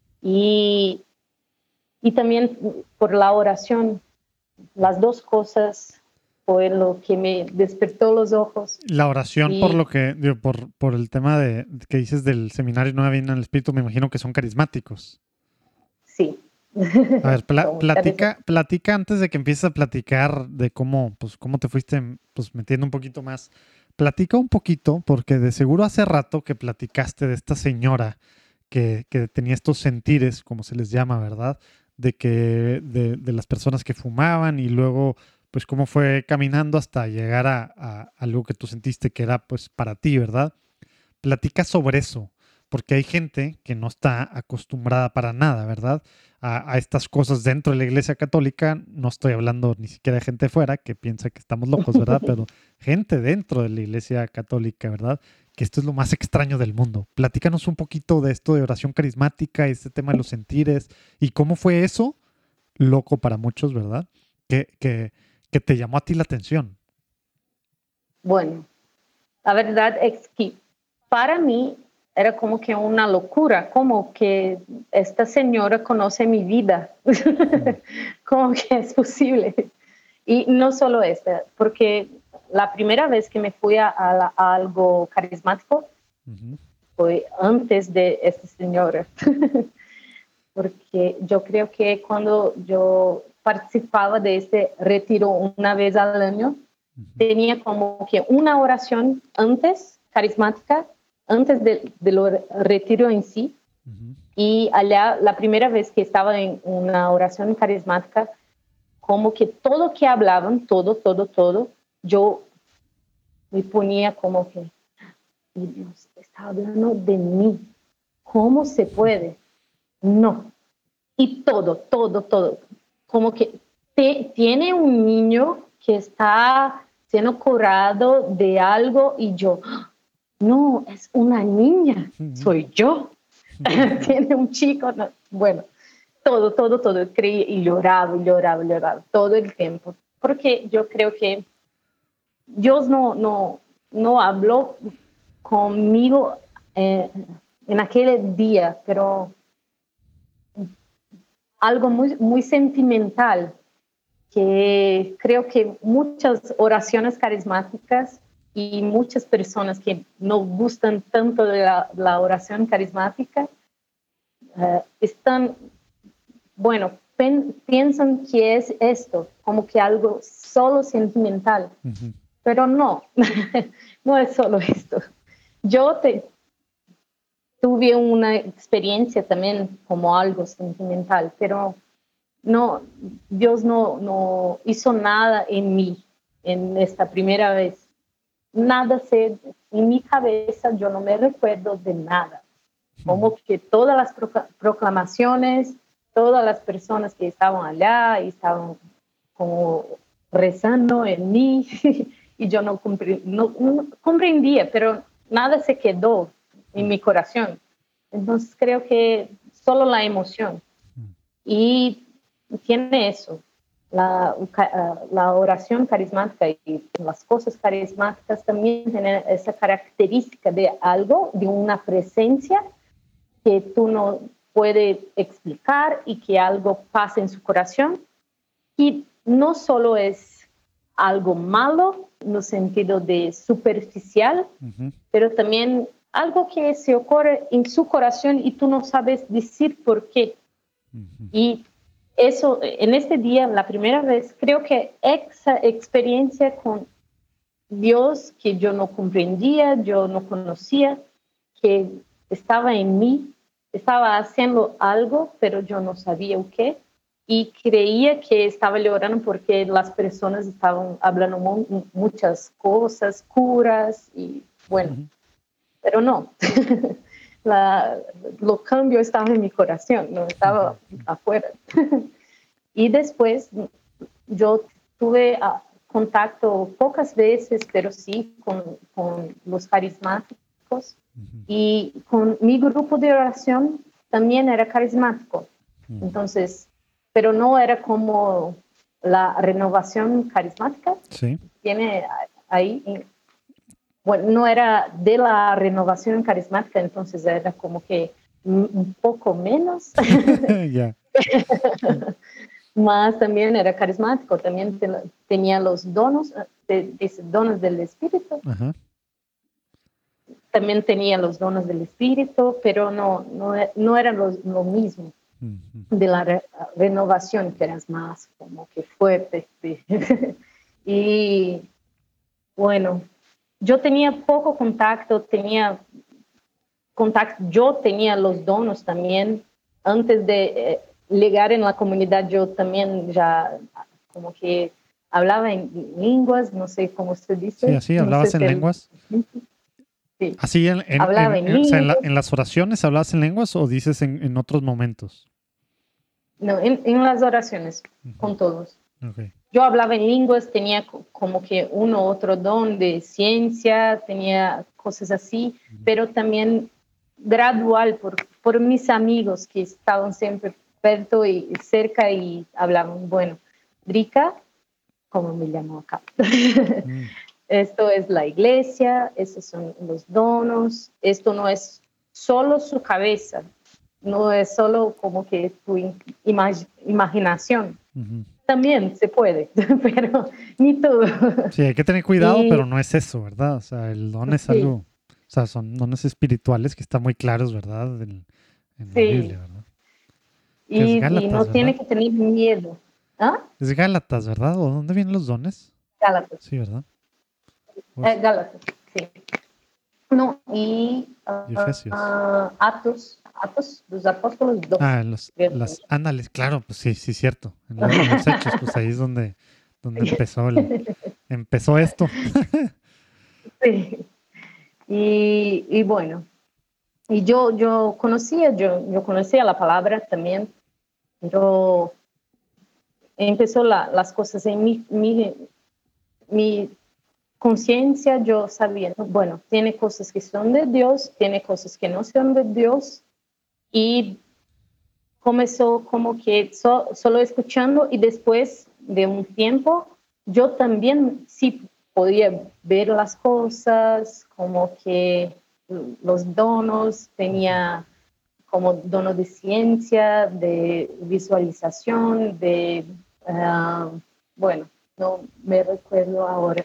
Y, y también por la oración, las dos cosas fue lo que me despertó los ojos.
La oración, y, por lo que, digo, por, por el tema de que dices del seminario Nueva Vida en el Espíritu, me imagino que son carismáticos.
Sí.
A ver, pla, platica, platica antes de que empieces a platicar de cómo, pues, cómo te fuiste pues, metiendo un poquito más. Platica un poquito, porque de seguro hace rato que platicaste de esta señora Que, que tenía estos sentires, como se les llama, ¿verdad? De que de, de las personas que fumaban y luego, pues, cómo fue caminando hasta llegar a, a algo que tú sentiste que era, pues, para ti, ¿verdad? Platica sobre eso, porque hay gente que no está acostumbrada para nada, ¿verdad? A, a estas cosas dentro de la Iglesia Católica. No estoy hablando ni siquiera de gente fuera que piensa que estamos locos, ¿verdad? Pero gente dentro de la Iglesia Católica, ¿verdad? Que esto es lo más extraño del mundo. Platícanos un poquito de esto de oración carismática, este tema de los sentires, y cómo fue eso, loco para muchos, ¿verdad? Que, que, que te llamó a ti la atención.
Bueno, la verdad es que para mí era como que una locura, como que esta señora conoce mi vida, como que es posible. Y no solo esta, porque la primera vez que me fui a, a, a algo carismático uh-huh. fue antes de esta señora, porque yo creo que cuando yo participaba de este retiro una vez al año, uh-huh. tenía como que una oración antes, carismática, antes del de retiro en sí, Uh-huh. Y allá, la primera vez que estaba en una oración carismática, como que todo que hablaban, todo, todo, todo, yo me ponía como que, Dios, está hablando de mí. ¿Cómo se puede? No. Y todo, todo, todo. Como que te, tiene un niño que está siendo curado de algo y yo, no, es una niña, soy yo. Tiene un chico, no. Bueno, todo, todo, todo. Creí y lloraba, y lloraba, y lloraba todo el tiempo. Porque yo creo que Dios no, no, no habló conmigo eh, en aquel día, pero algo muy, muy sentimental, que creo que muchas oraciones carismáticas y muchas personas que no gustan tanto de la, la oración carismática uh, están, bueno, pen, piensan que es esto, como que algo solo sentimental, uh-huh. Pero no, no es solo esto. Yo te, tuve una experiencia también como algo sentimental, pero no, Dios no, no hizo nada en mí en esta primera vez. Nada se, en mi cabeza yo no me recuerdo de nada. Como que todas las proclamaciones, todas las personas que estaban allá y estaban como rezando en mí y yo no, compre, no, no comprendía, pero nada se quedó en mi corazón. Entonces creo que solo la emoción. Y tiene eso, la, la oración carismática y las cosas carismáticas también tienen esa característica de algo, de una presencia que tú no puedes explicar y que algo pasa en su corazón. Y no solo es algo malo, en el sentido de superficial, uh-huh. Pero también algo que se ocurre en su corazón y tú no sabes decir por qué. Uh-huh. Y eso, en este día, la primera vez, creo que esa experiencia con Dios que yo no comprendía, yo no conocía, que estaba en mí, estaba haciendo algo, pero yo no sabía o qué. Y creía que estaba llorando porque las personas estaban hablando mu- muchas cosas, curas y bueno, uh-huh. Pero no. La, los cambios estaban en mi corazón, no estaba uh-huh. afuera. Y después yo tuve uh, contacto pocas veces, pero sí con, con los carismáticos uh-huh. Y con mi grupo de oración también era carismático. Uh-huh. Entonces, pero no era como la renovación carismática.
Sí. Tiene
ahí, bueno, no era de la renovación carismática, entonces era como que un poco menos.
Ya.
Más también era carismático, también te, tenía los donos, de, de, donos del Espíritu. Uh-huh. También tenía los donos del Espíritu, pero no, no, no era lo, lo mismo. Uh-huh. De la re, renovación, que eras más como que fuerte. Y bueno, yo tenía poco contacto, tenía contacto, yo tenía los donos también. Antes de eh, llegar en la comunidad, yo también ya como que hablaba en lenguas, no sé cómo se dice.
Sí, así, hablabas
no sé
en
si
lenguas.
Sí.
Así, en, en,
hablaba
en,
en,
en, o sea, en, la, en las oraciones, ¿hablabas en lenguas o dices en, en otros momentos?
No, en, en las oraciones, uh-huh. Con todos.
Okay.
Yo hablaba en lenguas, tenía como que uno u otro don de ciencia, tenía cosas así, uh-huh. Pero también gradual por, por mis amigos que estaban siempre perto y cerca y hablaban, bueno, Drica, como me llamó acá, uh-huh. Esto es la iglesia, estos son los donos, esto no es solo su cabeza, no es solo como que tu imag- imaginación. Uh-huh. También se puede, pero ni todo.
Sí, hay que tener cuidado, y, pero no es eso, ¿verdad? O sea, el don es sí. algo, o sea, son dones espirituales que están muy claros, ¿verdad? En, en sí. la Biblia, ¿verdad?
Y, Gálatas, y no ¿verdad? Tiene que tener miedo. ¿Ah?
Es Gálatas, ¿verdad? ¿O dónde vienen los dones?
Gálatas.
Sí, ¿verdad?
Eh, Gálatas, sí. No, y
Y Efesios.
uh, Atos, Atos, los apóstoles dos.
Ah, los, las ándales, claro, pues sí, sí, cierto. En, la, en los hechos, pues ahí es donde, donde empezó el, empezó esto.
Sí. Y, y bueno, y yo, yo conocía, yo, yo conocía la palabra también, pero empezó la, las cosas en mi, mi, mi conciencia. Yo sabía, bueno, tiene cosas que son de Dios, tiene cosas que no son de Dios, y comenzó como que so, solo escuchando, y después de un tiempo yo también sí podía ver las cosas, como que los donos, tenía como dono de ciencia, de visualización, de, uh, bueno, no me recuerdo ahora,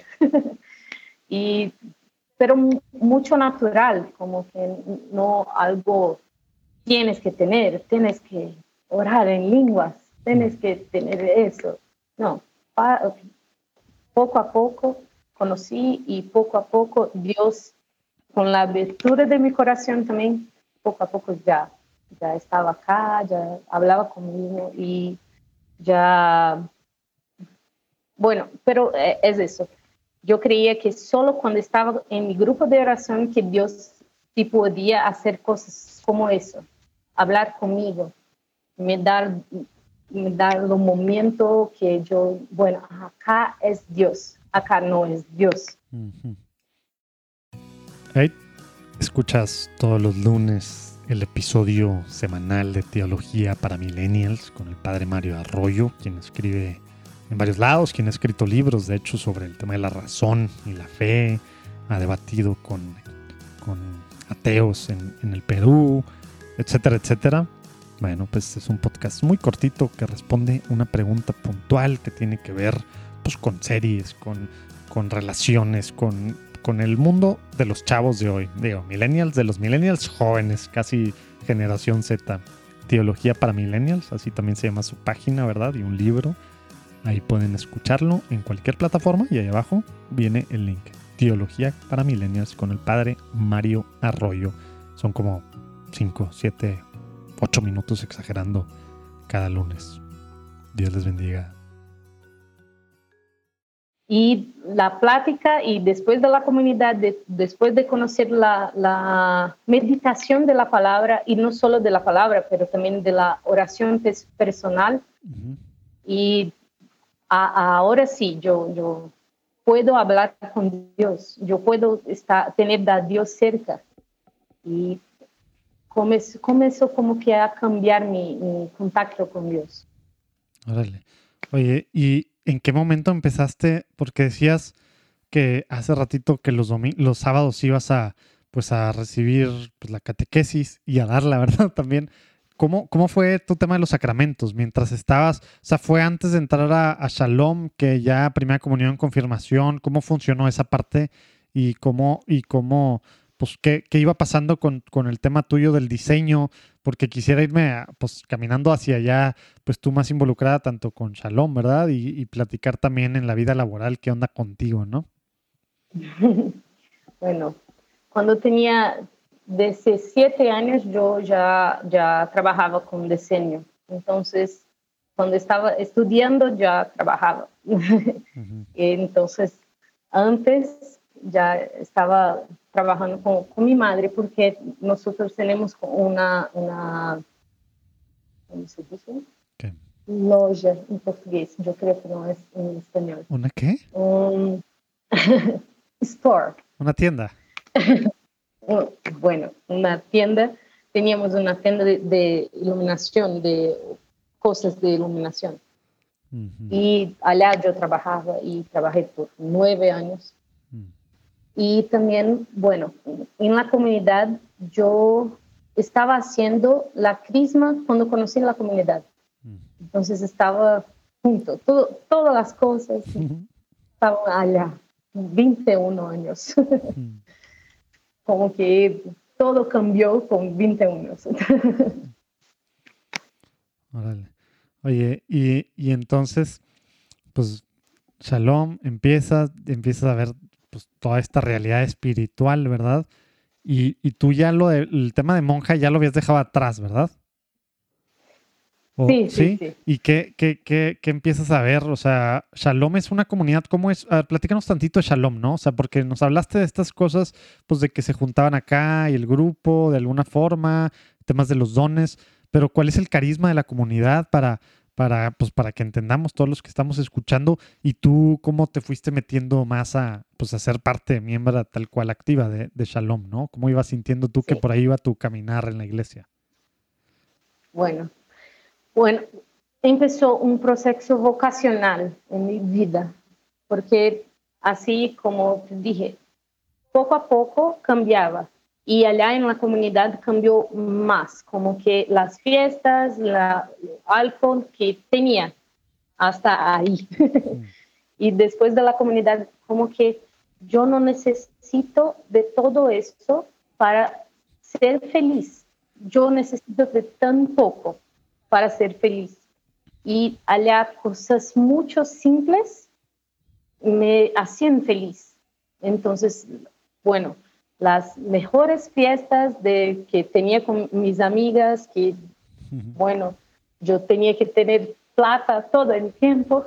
y, pero mucho natural, como que no algo tienes que tener, tienes que orar en lenguas, tienes que tener eso. No, pa, poco a poco conocí, y poco a poco Dios, con la abertura de mi corazón también, poco a poco ya, ya estaba acá, ya hablaba conmigo, y ya, bueno, pero es eso. Yo creía que solo cuando estaba en mi grupo de oración que Dios sí podía hacer cosas como eso, hablar conmigo, me dar, me dar los momentos que yo, bueno, acá es Dios, acá no es Dios.
Uh-huh. Hey, escuchas todos los lunes el episodio semanal de Teología para Millennials con el padre Mario Arroyo, quien escribe en varios lados, quien ha escrito libros, de hecho, sobre el tema de la razón y la fe, ha debatido con, con ateos en, en el Perú, etcétera, etcétera. Bueno, pues es un podcast muy cortito que responde una pregunta puntual que tiene que ver, pues, con series, con, con relaciones, con, con el mundo de los chavos de hoy. Digo, millennials, de los millennials jóvenes, casi generación Z. Teología para Millennials, así también se llama su página, ¿verdad? Y un libro. Ahí pueden escucharlo en cualquier plataforma, y ahí abajo viene el link. Teología para Millennials con el padre Mario Arroyo. Son como cinco, siete, ocho minutos exagerando cada lunes. Dios les bendiga.
Y la plática, y después de la comunidad, de, después de conocer la, la meditación de la palabra, y no solo de la palabra, pero también de la oración personal. Uh-huh. Y a, ahora sí, yo, yo puedo hablar con Dios, yo puedo estar, tener a Dios cerca. Y comenzó, comenzó como que a cambiar mi, mi contacto con Dios.
Órale. Oye, ¿y en qué momento empezaste? Porque decías que hace ratito que los, domi- los sábados ibas a, pues, a recibir, pues, la catequesis y a dar la verdad también. ¿Cómo, ¿Cómo fue tu tema de los sacramentos mientras estabas? O sea, ¿fue antes de entrar a, a Shalom, que ya primera comunión, confirmación? ¿Cómo funcionó esa parte? ¿Y cómo, y cómo pues, qué, qué iba pasando con, con el tema tuyo del diseño? Porque quisiera irme, a, pues, caminando hacia allá, pues tú más involucrada tanto con Shalom, ¿verdad? Y, y platicar también en la vida laboral, ¿qué onda contigo, no?
Bueno, cuando tenía diecisiete años yo ya, ya trabajaba con diseño. Entonces, cuando estaba estudiando ya trabajaba. Uh-huh. Entonces, antes ya estaba trabajando con, con mi madre, porque nosotros tenemos una, una ¿cómo se dice?
¿Qué?
Loja en portugués, yo creo que no es en español.
¿Una qué?
Un store.
Una tienda.
Bueno, una tienda, teníamos una tienda de, de iluminación, de cosas de iluminación. Uh-huh. Y allá yo trabajaba, y trabajé por nueve años. Uh-huh. Y también, bueno, en la comunidad yo estaba haciendo la crisma cuando conocí la comunidad. Uh-huh. Entonces estaba junto, todo, todas las cosas uh-huh. estaban allá, veintiún años. Uh-huh. Como que todo cambió con veintiún años.
Órale. Oye, y, y entonces, pues, Shalom, empiezas, empiezas a ver, pues, toda esta realidad espiritual, ¿verdad? Y, y tú ya lo de, el tema de monja ya lo habías dejado atrás, ¿verdad? ¿O,
sí, sí, sí.
¿Y qué, qué, qué, qué empiezas a ver? O sea, Shalom es una comunidad, ¿cómo es? A ver, platícanos tantito de Shalom, ¿no? O sea, porque nos hablaste de estas cosas, pues de que se juntaban acá y el grupo, de alguna forma, temas de los dones, pero ¿cuál es el carisma de la comunidad para, para, pues, para que entendamos todos los que estamos escuchando? Y tú, ¿cómo te fuiste metiendo más a, pues, a ser parte, miembro tal cual activa de, de Shalom, ¿no? ¿Cómo ibas sintiendo tú que
Sí.
por ahí iba tu caminar en la iglesia?
Bueno, bueno, empezó un proceso vocacional en mi vida, porque así como te dije, poco a poco cambiaba. Y allá en la comunidad cambió más, como que las fiestas, la, el alcohol que tenía hasta ahí. Y después de la comunidad, como que yo no necesito de todo esto para ser feliz. Yo necesito de tan poco para ser feliz. Y allá cosas mucho simples me hacían feliz. Entonces, bueno, las mejores fiestas de, que tenía con mis amigas, que, uh-huh. bueno, yo tenía que tener plata todo el tiempo,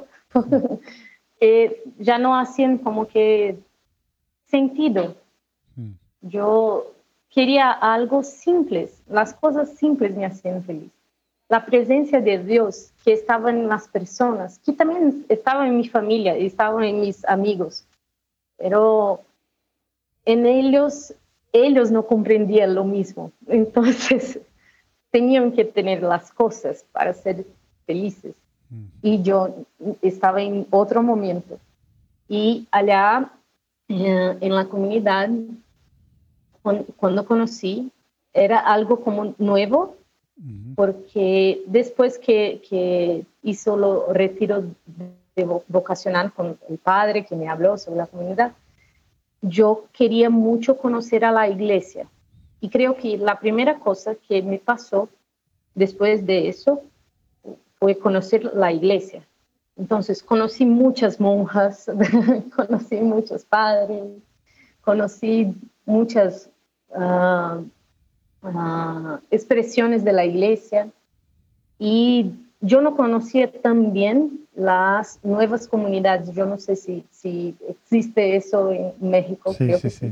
eh, ya no hacían como que sentido. Uh-huh. Yo quería algo simple, las cosas simples me hacían feliz. La presencia de Dios que estaba en las personas, que también estaba en mi familia, estaba en mis amigos, pero en ellos, ellos no comprendían lo mismo. Entonces, tenían que tener las cosas para ser felices. Mm. Y yo estaba en otro momento. Y allá, eh, en la comunidad, cuando, cuando conocí, era algo como nuevo, mm. porque después que, que hizo los retiros de vocacional con el padre que me habló sobre la comunidad, yo quería mucho conocer a la iglesia. Y creo que la primera cosa que me pasó después de eso fue conocer la iglesia. Entonces, conocí muchas monjas, conocí muchos padres, conocí muchas uh, uh, expresiones de la iglesia. Y yo no conocía tan bien las nuevas comunidades. Yo no sé si, si existe eso en México.
Sí,
creo
sí,
que
sí.
sí.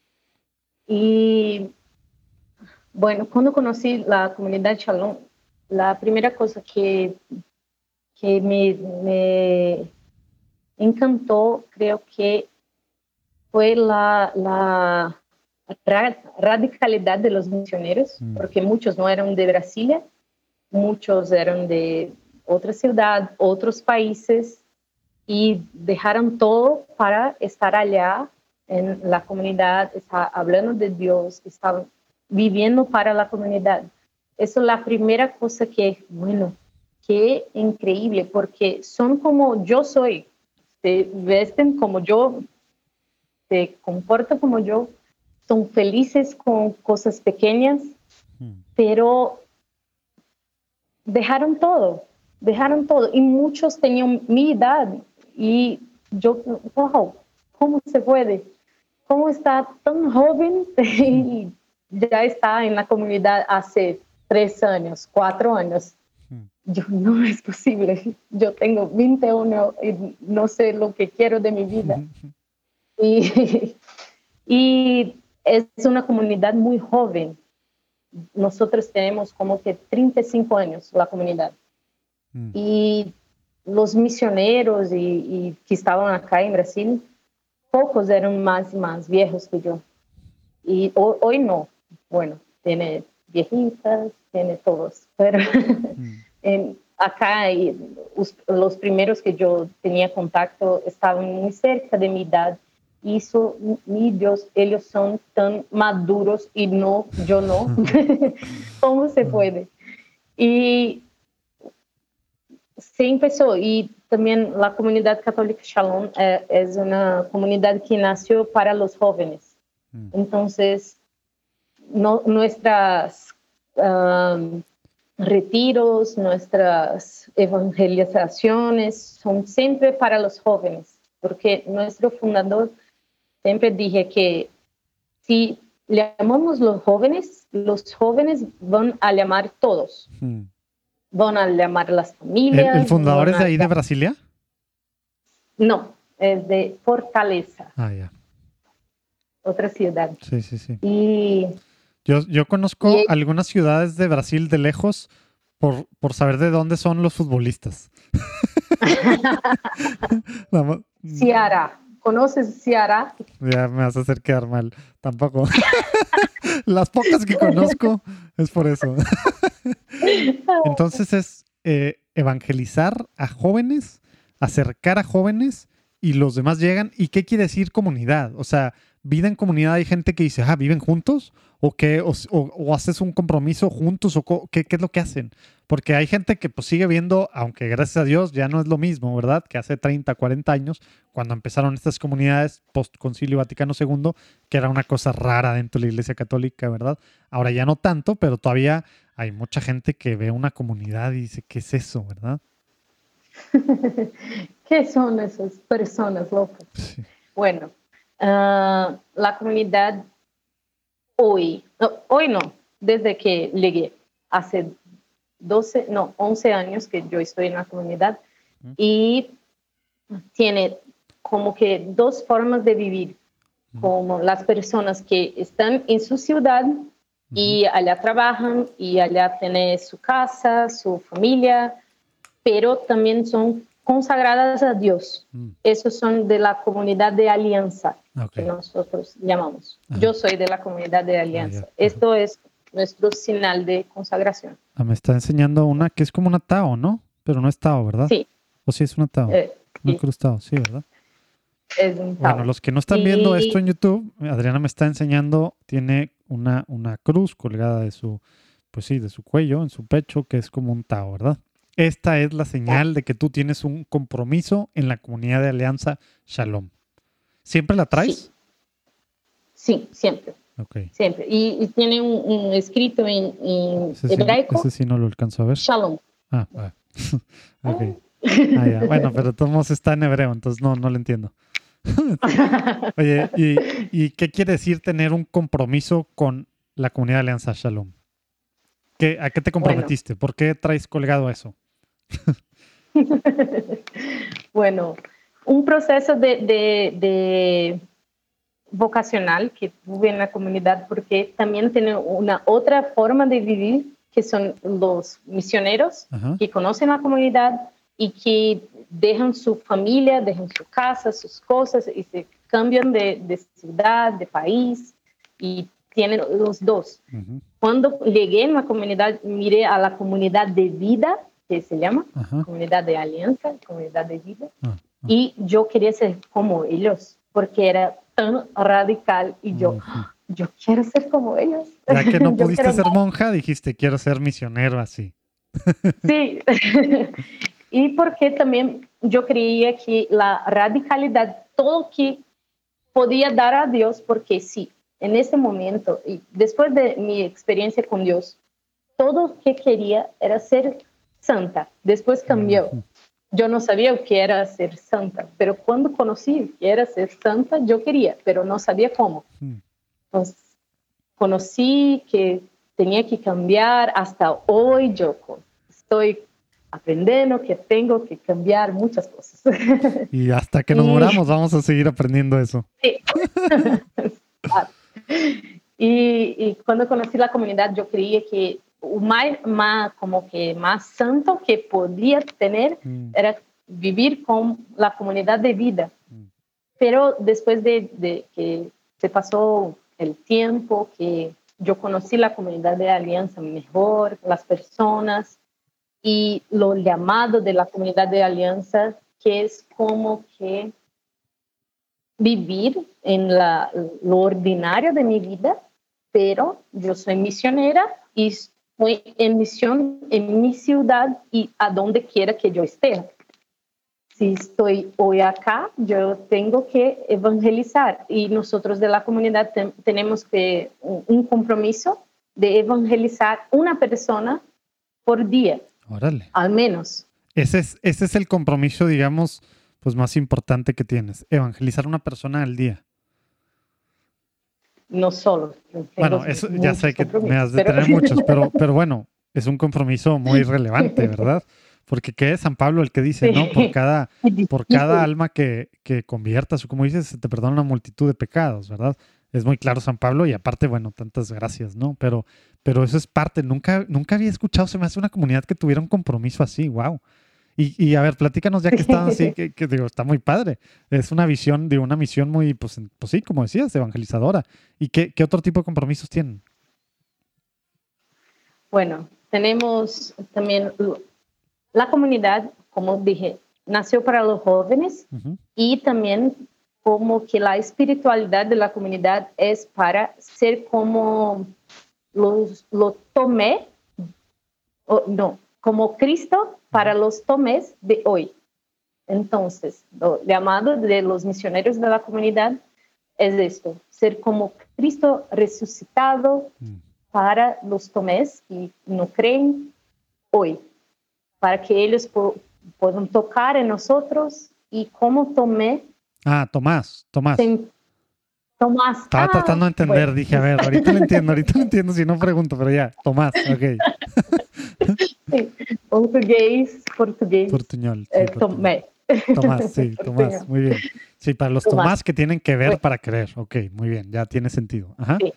Y bueno, cuando conocí la comunidad Shalom, la primera cosa que, que me, me encantó, creo que fue la, la radicalidad de los misioneros, mm. porque muchos no eran de Brasilia, muchos eran de otra ciudad, otros países, y dejaron todo para estar allá en la comunidad, estar hablando de Dios, estaban viviendo para la comunidad. Eso es la primera cosa que, bueno, qué increíble, porque son como yo soy, se vesten como yo, se comportan como yo, son felices con cosas pequeñas, hmm. pero dejaron todo, dejaron todo, y muchos tenían mi edad, y yo, wow, ¿cómo se puede? ¿Cómo está tan joven y ya está en la comunidad hace tres años, cuatro años? Yo, no es posible, yo tengo veintiuno y no sé lo que quiero de mi vida. Y, y es una comunidad muy joven. Nosotros tenemos como que treinta y cinco años la comunidad. Mm. Y los misioneros y, y que estaban acá en Brasil, pocos eran más y más viejos que yo. Y hoy, hoy no. Bueno, tiene viejitas, tiene todos. Pero mm. en, acá y los, los primeros que yo tenía contacto estaban muy cerca de mi edad. Y eso, mi Dios, ellos son tan maduros y no, yo no. ¿Cómo se puede? Y se empezó, y también la comunidad católica Shalom eh, es una comunidad que nació para los jóvenes. Entonces, no, nuestras um, retiros, nuestras evangelizaciones son siempre para los jóvenes, porque nuestro fundador siempre dije que si llamamos los jóvenes, los jóvenes van a llamar todos. Hmm. Van a llamar las familias.
¿El, el fundador es de ahí, de Brasilia?
No, es de Fortaleza.
Ah, ya.
Otra ciudad.
Sí, sí, sí.
Y...
Yo, yo conozco y... algunas ciudades de Brasil de lejos por, por saber de dónde son los futbolistas.
Ceará. ¿Conoces Ceará?
Ya me vas a hacer quedar mal. Tampoco. Las pocas que conozco es por eso. Entonces es eh, evangelizar a jóvenes, acercar a jóvenes y los demás llegan. ¿Y qué quiere decir comunidad? O sea, vida en comunidad, hay gente que dice, ah, ¿viven juntos? ¿O qué? ¿O, o, o haces un compromiso juntos? ¿O qué, qué es lo que hacen? Porque hay gente que pues sigue viendo, aunque gracias a Dios ya no es lo mismo, ¿verdad? Que hace treinta, cuarenta años, cuando empezaron estas comunidades post-Concilio Vaticano segundo, que era una cosa rara dentro de la Iglesia Católica, ¿verdad? Ahora ya no tanto, pero todavía hay mucha gente que ve una comunidad y dice, ¿qué es eso, verdad?
¿Qué son esas personas locas? Sí. Bueno, uh, la comunidad hoy, no, hoy no, desde que llegué, hace doce, no, once años que yo estoy en la comunidad uh-huh. y tiene como que dos formas de vivir, uh-huh. como las personas que están en su ciudad uh-huh. y allá trabajan y allá tienen su casa, su familia, pero también son consagradas a Dios. Uh-huh. Esos son de la comunidad de alianza, okay. que nosotros llamamos. Uh-huh. Yo soy de la comunidad de alianza. Uh-huh. Esto es nuestro señal de consagración.
Ah, me está enseñando una que es como una Tao, ¿no? Pero no es Tao, ¿verdad?
Sí.
¿O sí es una Tao?
Eh,
no
sí.
creo Tao, sí, ¿verdad?
Es un Tao.
Bueno, los que no están y... viendo esto en YouTube, Adriana me está enseñando, tiene una, una cruz colgada de su, pues sí, de su cuello, en su pecho, que es como un Tao, ¿verdad? Esta es la señal de que tú tienes un compromiso en la comunidad de Alianza Shalom. ¿Siempre la traes?
Sí, sí, siempre.
Okay.
Siempre. Y, y tiene un, un escrito en, en
ese
hebraico.
Sí, ese sí no lo alcanzo a ver.
Shalom.
Ah, ah. ok. Ah, ya. Bueno, pero todos está en hebreo, entonces no, no lo entiendo. Oye, ¿y, ¿y qué quiere decir tener un compromiso con la comunidad de Alianza Shalom? ¿Qué, ¿A qué te comprometiste? Bueno. ¿Por qué traes colgado eso?
Bueno, un proceso de... de, de... vocacional que tuve en la comunidad, porque también tiene una otra forma de vivir, que son los misioneros uh-huh. que conocen la comunidad y que dejan su familia, dejan su casa, sus cosas y se cambian de, de ciudad, de país y tienen los dos. Uh-huh. Cuando llegué en la comunidad, miré a la comunidad de vida, que se llama, uh-huh. comunidad de alianza, comunidad de vida, uh-huh. y yo quería ser como ellos, porque era tan radical y yo, uh-huh. yo quiero ser como ellos.
Ya que no pudiste quiero... ser monja, dijiste, quiero ser misionero así.
Sí, y porque también yo creía que la radicalidad, todo lo que podía dar a Dios, porque sí, en ese momento, y después de mi experiencia con Dios, todo lo que quería era ser santa. Después cambió. Uh-huh. Yo no sabía lo que era ser santa, pero cuando conocí que era ser santa, yo quería, pero no sabía cómo. Entonces, conocí que tenía que cambiar. Hasta hoy yo estoy aprendiendo que tengo que cambiar muchas cosas.
Y hasta que nos y... moramos vamos a seguir aprendiendo eso.
Sí. y, y cuando conocí la comunidad, yo creía que más, más, como que más santo que podía tener mm. era vivir con la comunidad de vida. Mm. Pero después de, de que se pasó el tiempo, que yo conocí la comunidad de Alianza mejor, las personas y lo llamado de la comunidad de Alianza, que es como que vivir en la, lo ordinario de mi vida, pero yo soy misionera y estoy en misión en mi ciudad y a donde quiera que yo esté. Si estoy hoy acá, yo tengo que evangelizar y nosotros de la comunidad ten, tenemos que, un, un compromiso de evangelizar una persona por día.
Órale.
Al menos.
Ese es, ese es el compromiso, digamos, pues más importante que tienes, evangelizar una persona al día.
no solo.
Bueno, eso ya sé que me has de pero... tener muchos, pero, pero bueno, es un compromiso muy relevante, ¿verdad? Porque ¿qué es San Pablo el que dice, sí. ¿no? Por cada, por cada alma que, que conviertas, o como dices, se te perdona una multitud de pecados, ¿verdad? Es muy claro San Pablo y aparte, bueno, tantas gracias, ¿no? Pero, pero eso es parte. Nunca, nunca había escuchado, se me hace una comunidad que tuviera un compromiso así, wow. Y, y a ver, platícanos ya que están así, que, que digo, está muy padre. Es una visión de una misión muy, pues, pues sí, como decías, evangelizadora. ¿Y qué, qué otro tipo de compromisos tienen?
Bueno, tenemos también la comunidad, como dije, nació para los jóvenes uh-huh. y también como que la espiritualidad de la comunidad es para ser como los, los Tomé, o, no, como Cristo para los Tomés de hoy. Entonces, el llamado de los misioneros de la comunidad es esto, ser como Cristo resucitado uh-huh. para los Tomés que no creen hoy, para que ellos po- puedan tocar en nosotros y como Tomé.
Ah, Tomás, Tomás.
Ten, Tomás.
Estaba
ah,
tratando de entender,
bueno.
dije, a ver, ahorita lo entiendo, ahorita lo entiendo, si no pregunto, pero ya, Tomás, ok.
Sí, portugués, portugués.
Portuñol. Sí,
eh,
portuñol.
Tomé.
Tomás, sí, Tomás, muy bien. Sí, para los Tomás, Tomás que tienen que ver bueno. para creer, ok, muy bien, ya tiene sentido. Ajá.
Sí.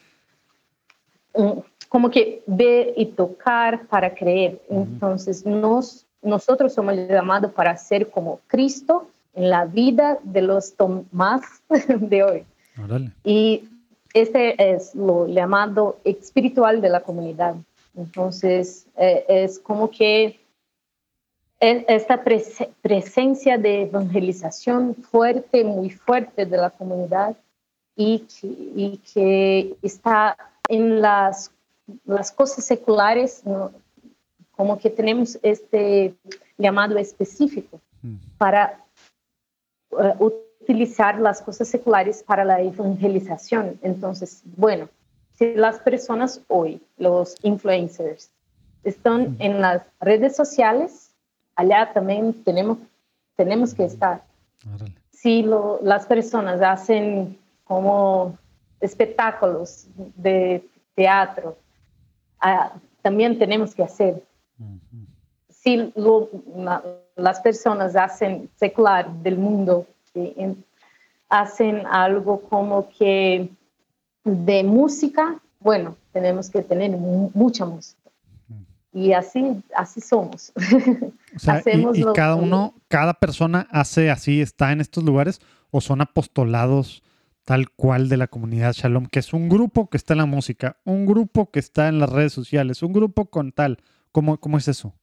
Como que ver y tocar para creer. Uh-huh. Entonces, nos, nosotros somos llamados para ser como Cristo en la vida de los Tomás de hoy.
Órale.
Y este es lo llamado espiritual de la comunidad. Entonces, eh, es como que es esta pres- presencia de evangelización fuerte, muy fuerte de la comunidad y que, y que está en las, las cosas seculares, ¿no? Como que tenemos este llamado específico mm. para uh, utilizar las cosas seculares para la evangelización. Entonces, bueno, si las personas hoy, los influencers, están mm. en las redes sociales, allá también tenemos, tenemos que estar.
Árale.
Si lo, las personas hacen como espectáculos de teatro, uh, también tenemos que hacer. Uh-huh. Si lo, la, las personas hacen secular del mundo, eh, hacen algo como que de música, bueno, tenemos que tener mu- mucha música. Uh-huh. Y así, así somos.
O sea, Hacemos y, y cada uno, cada persona hace así, está en estos lugares, o son apostolados tal cual de la comunidad Shalom, que es un grupo que está en la música, un grupo que está en las redes sociales, un grupo con tal. ¿Cómo, cómo es eso?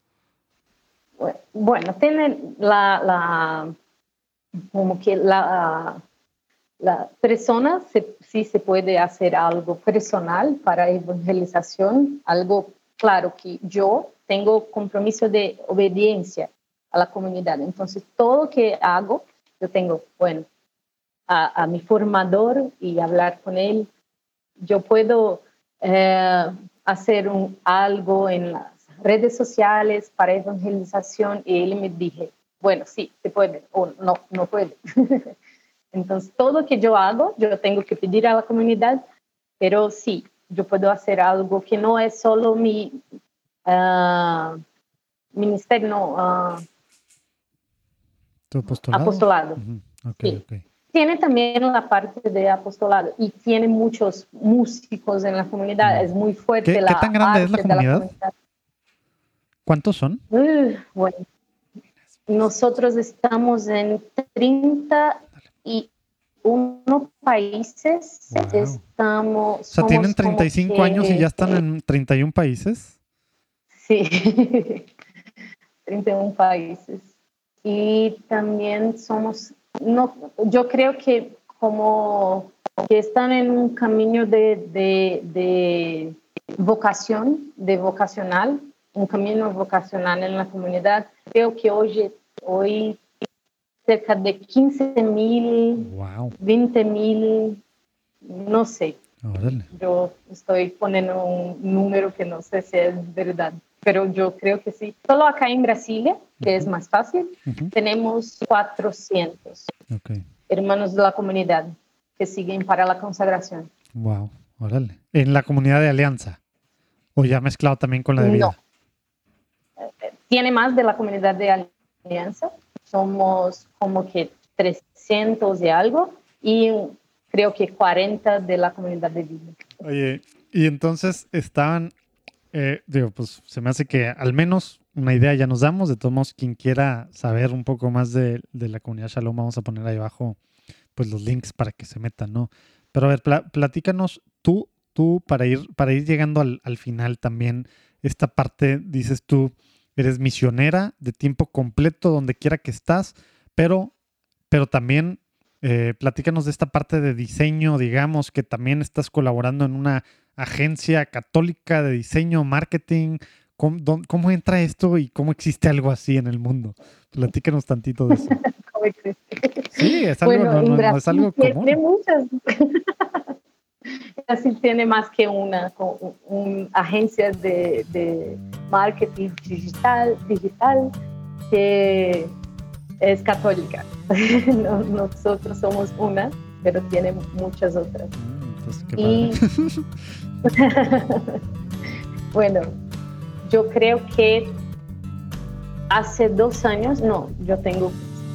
Bueno, tienen la, la como que la, la persona se, sí se puede hacer algo personal para evangelización, algo claro que yo tengo compromiso de obediencia a la comunidad. Entonces, todo lo que hago, yo tengo, bueno, A, a mi formador y hablar con él. Yo puedo eh, hacer un, algo en las redes sociales para evangelización y él me dije, bueno, sí, se puede o no, no puede. Entonces, todo lo que yo hago, yo tengo que pedir a la comunidad, pero sí, yo puedo hacer algo que no es solo mi uh, ministerio, no, uh,
¿Tu apostolado?
apostolado.
Uh-huh. Okay,
sí.
okay.
Tiene también la parte de apostolado y tiene muchos músicos en la comunidad. Es muy fuerte
¿Qué,
la
¿qué tan grande es la comunidad?
la comunidad?
¿Cuántos son?
Uh, bueno, nosotros estamos en treinta y uno países.
Wow.
Estamos,
o sea, tienen treinta y cinco
que,
años y ya están en treinta y uno países.
Sí, treinta y uno países. Y también somos... No, yo creo que como que están en un camino de, de, de vocación, de vocacional, un camino vocacional en la comunidad. Creo que hoy, hoy cerca de quince mil,
wow.
veinte mil, no sé.
Órale.
Yo estoy poniendo un número que no sé si es verdad, pero yo creo que sí. Solo acá en Brasilia, que uh-huh. es más fácil, uh-huh. tenemos cuatrocientos
okay.
hermanos de la comunidad que siguen para la consagración.
Wow, órale. ¿En la comunidad de Alianza? ¿O ya mezclado también con la de vida?
No. Tiene más de la comunidad de Alianza. Somos como que trescientos y algo. Y creo que cuarenta de la comunidad de vida.
Oye, y entonces estaban, eh, digo, pues se me hace que al menos una idea ya nos damos. De todos modos, quien quiera saber un poco más de, de la comunidad Shalom, vamos a poner ahí abajo pues los links para que se metan, ¿no? Pero a ver, pl- platícanos tú, tú para ir, para ir llegando al, al final también, esta parte, dices tú, eres misionera de tiempo completo donde quiera que estás, pero, pero también eh, platícanos de esta parte de diseño, digamos, que también estás colaborando en una agencia católica de diseño, marketing. ¿Cómo, don, ¿Cómo entra esto y cómo existe algo así en el mundo? Platícanos tantito de eso.
¿Cómo existe?
Sí, es algo,
Bueno,
no, no, no es algo común.
Tiene muchas. Brasil tiene más que una, un, un agencia de, de marketing digital, digital que es católica. Nosotros somos una, pero tiene muchas otras.
Entonces, qué
y bueno, yo creo que hace dos años, no, yo tengo...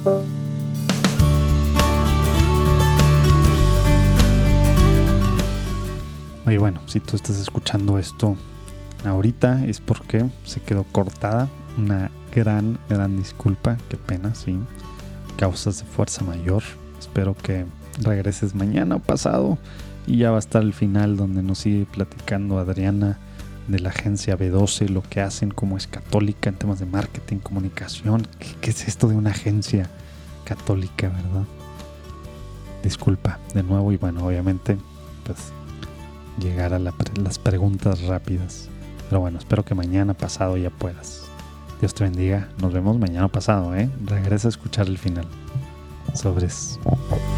Oye, bueno, si tú estás escuchando esto ahorita es porque se quedó cortada. Una gran, gran disculpa. Qué pena, sí. Causas de fuerza mayor. Espero que regreses mañana o pasado y ya va a estar el final donde nos sigue platicando Adriana de la agencia B doce, lo que hacen, cómo es católica en temas de marketing, comunicación. ¿Qué, qué es esto de una agencia católica, verdad? Disculpa de nuevo y bueno, obviamente, pues llegar a la pre- las preguntas rápidas. Pero bueno, espero que mañana pasado ya puedas. Dios te bendiga. Nos vemos mañana pasado, ¿eh? Regresa a escuchar el final. Sobres.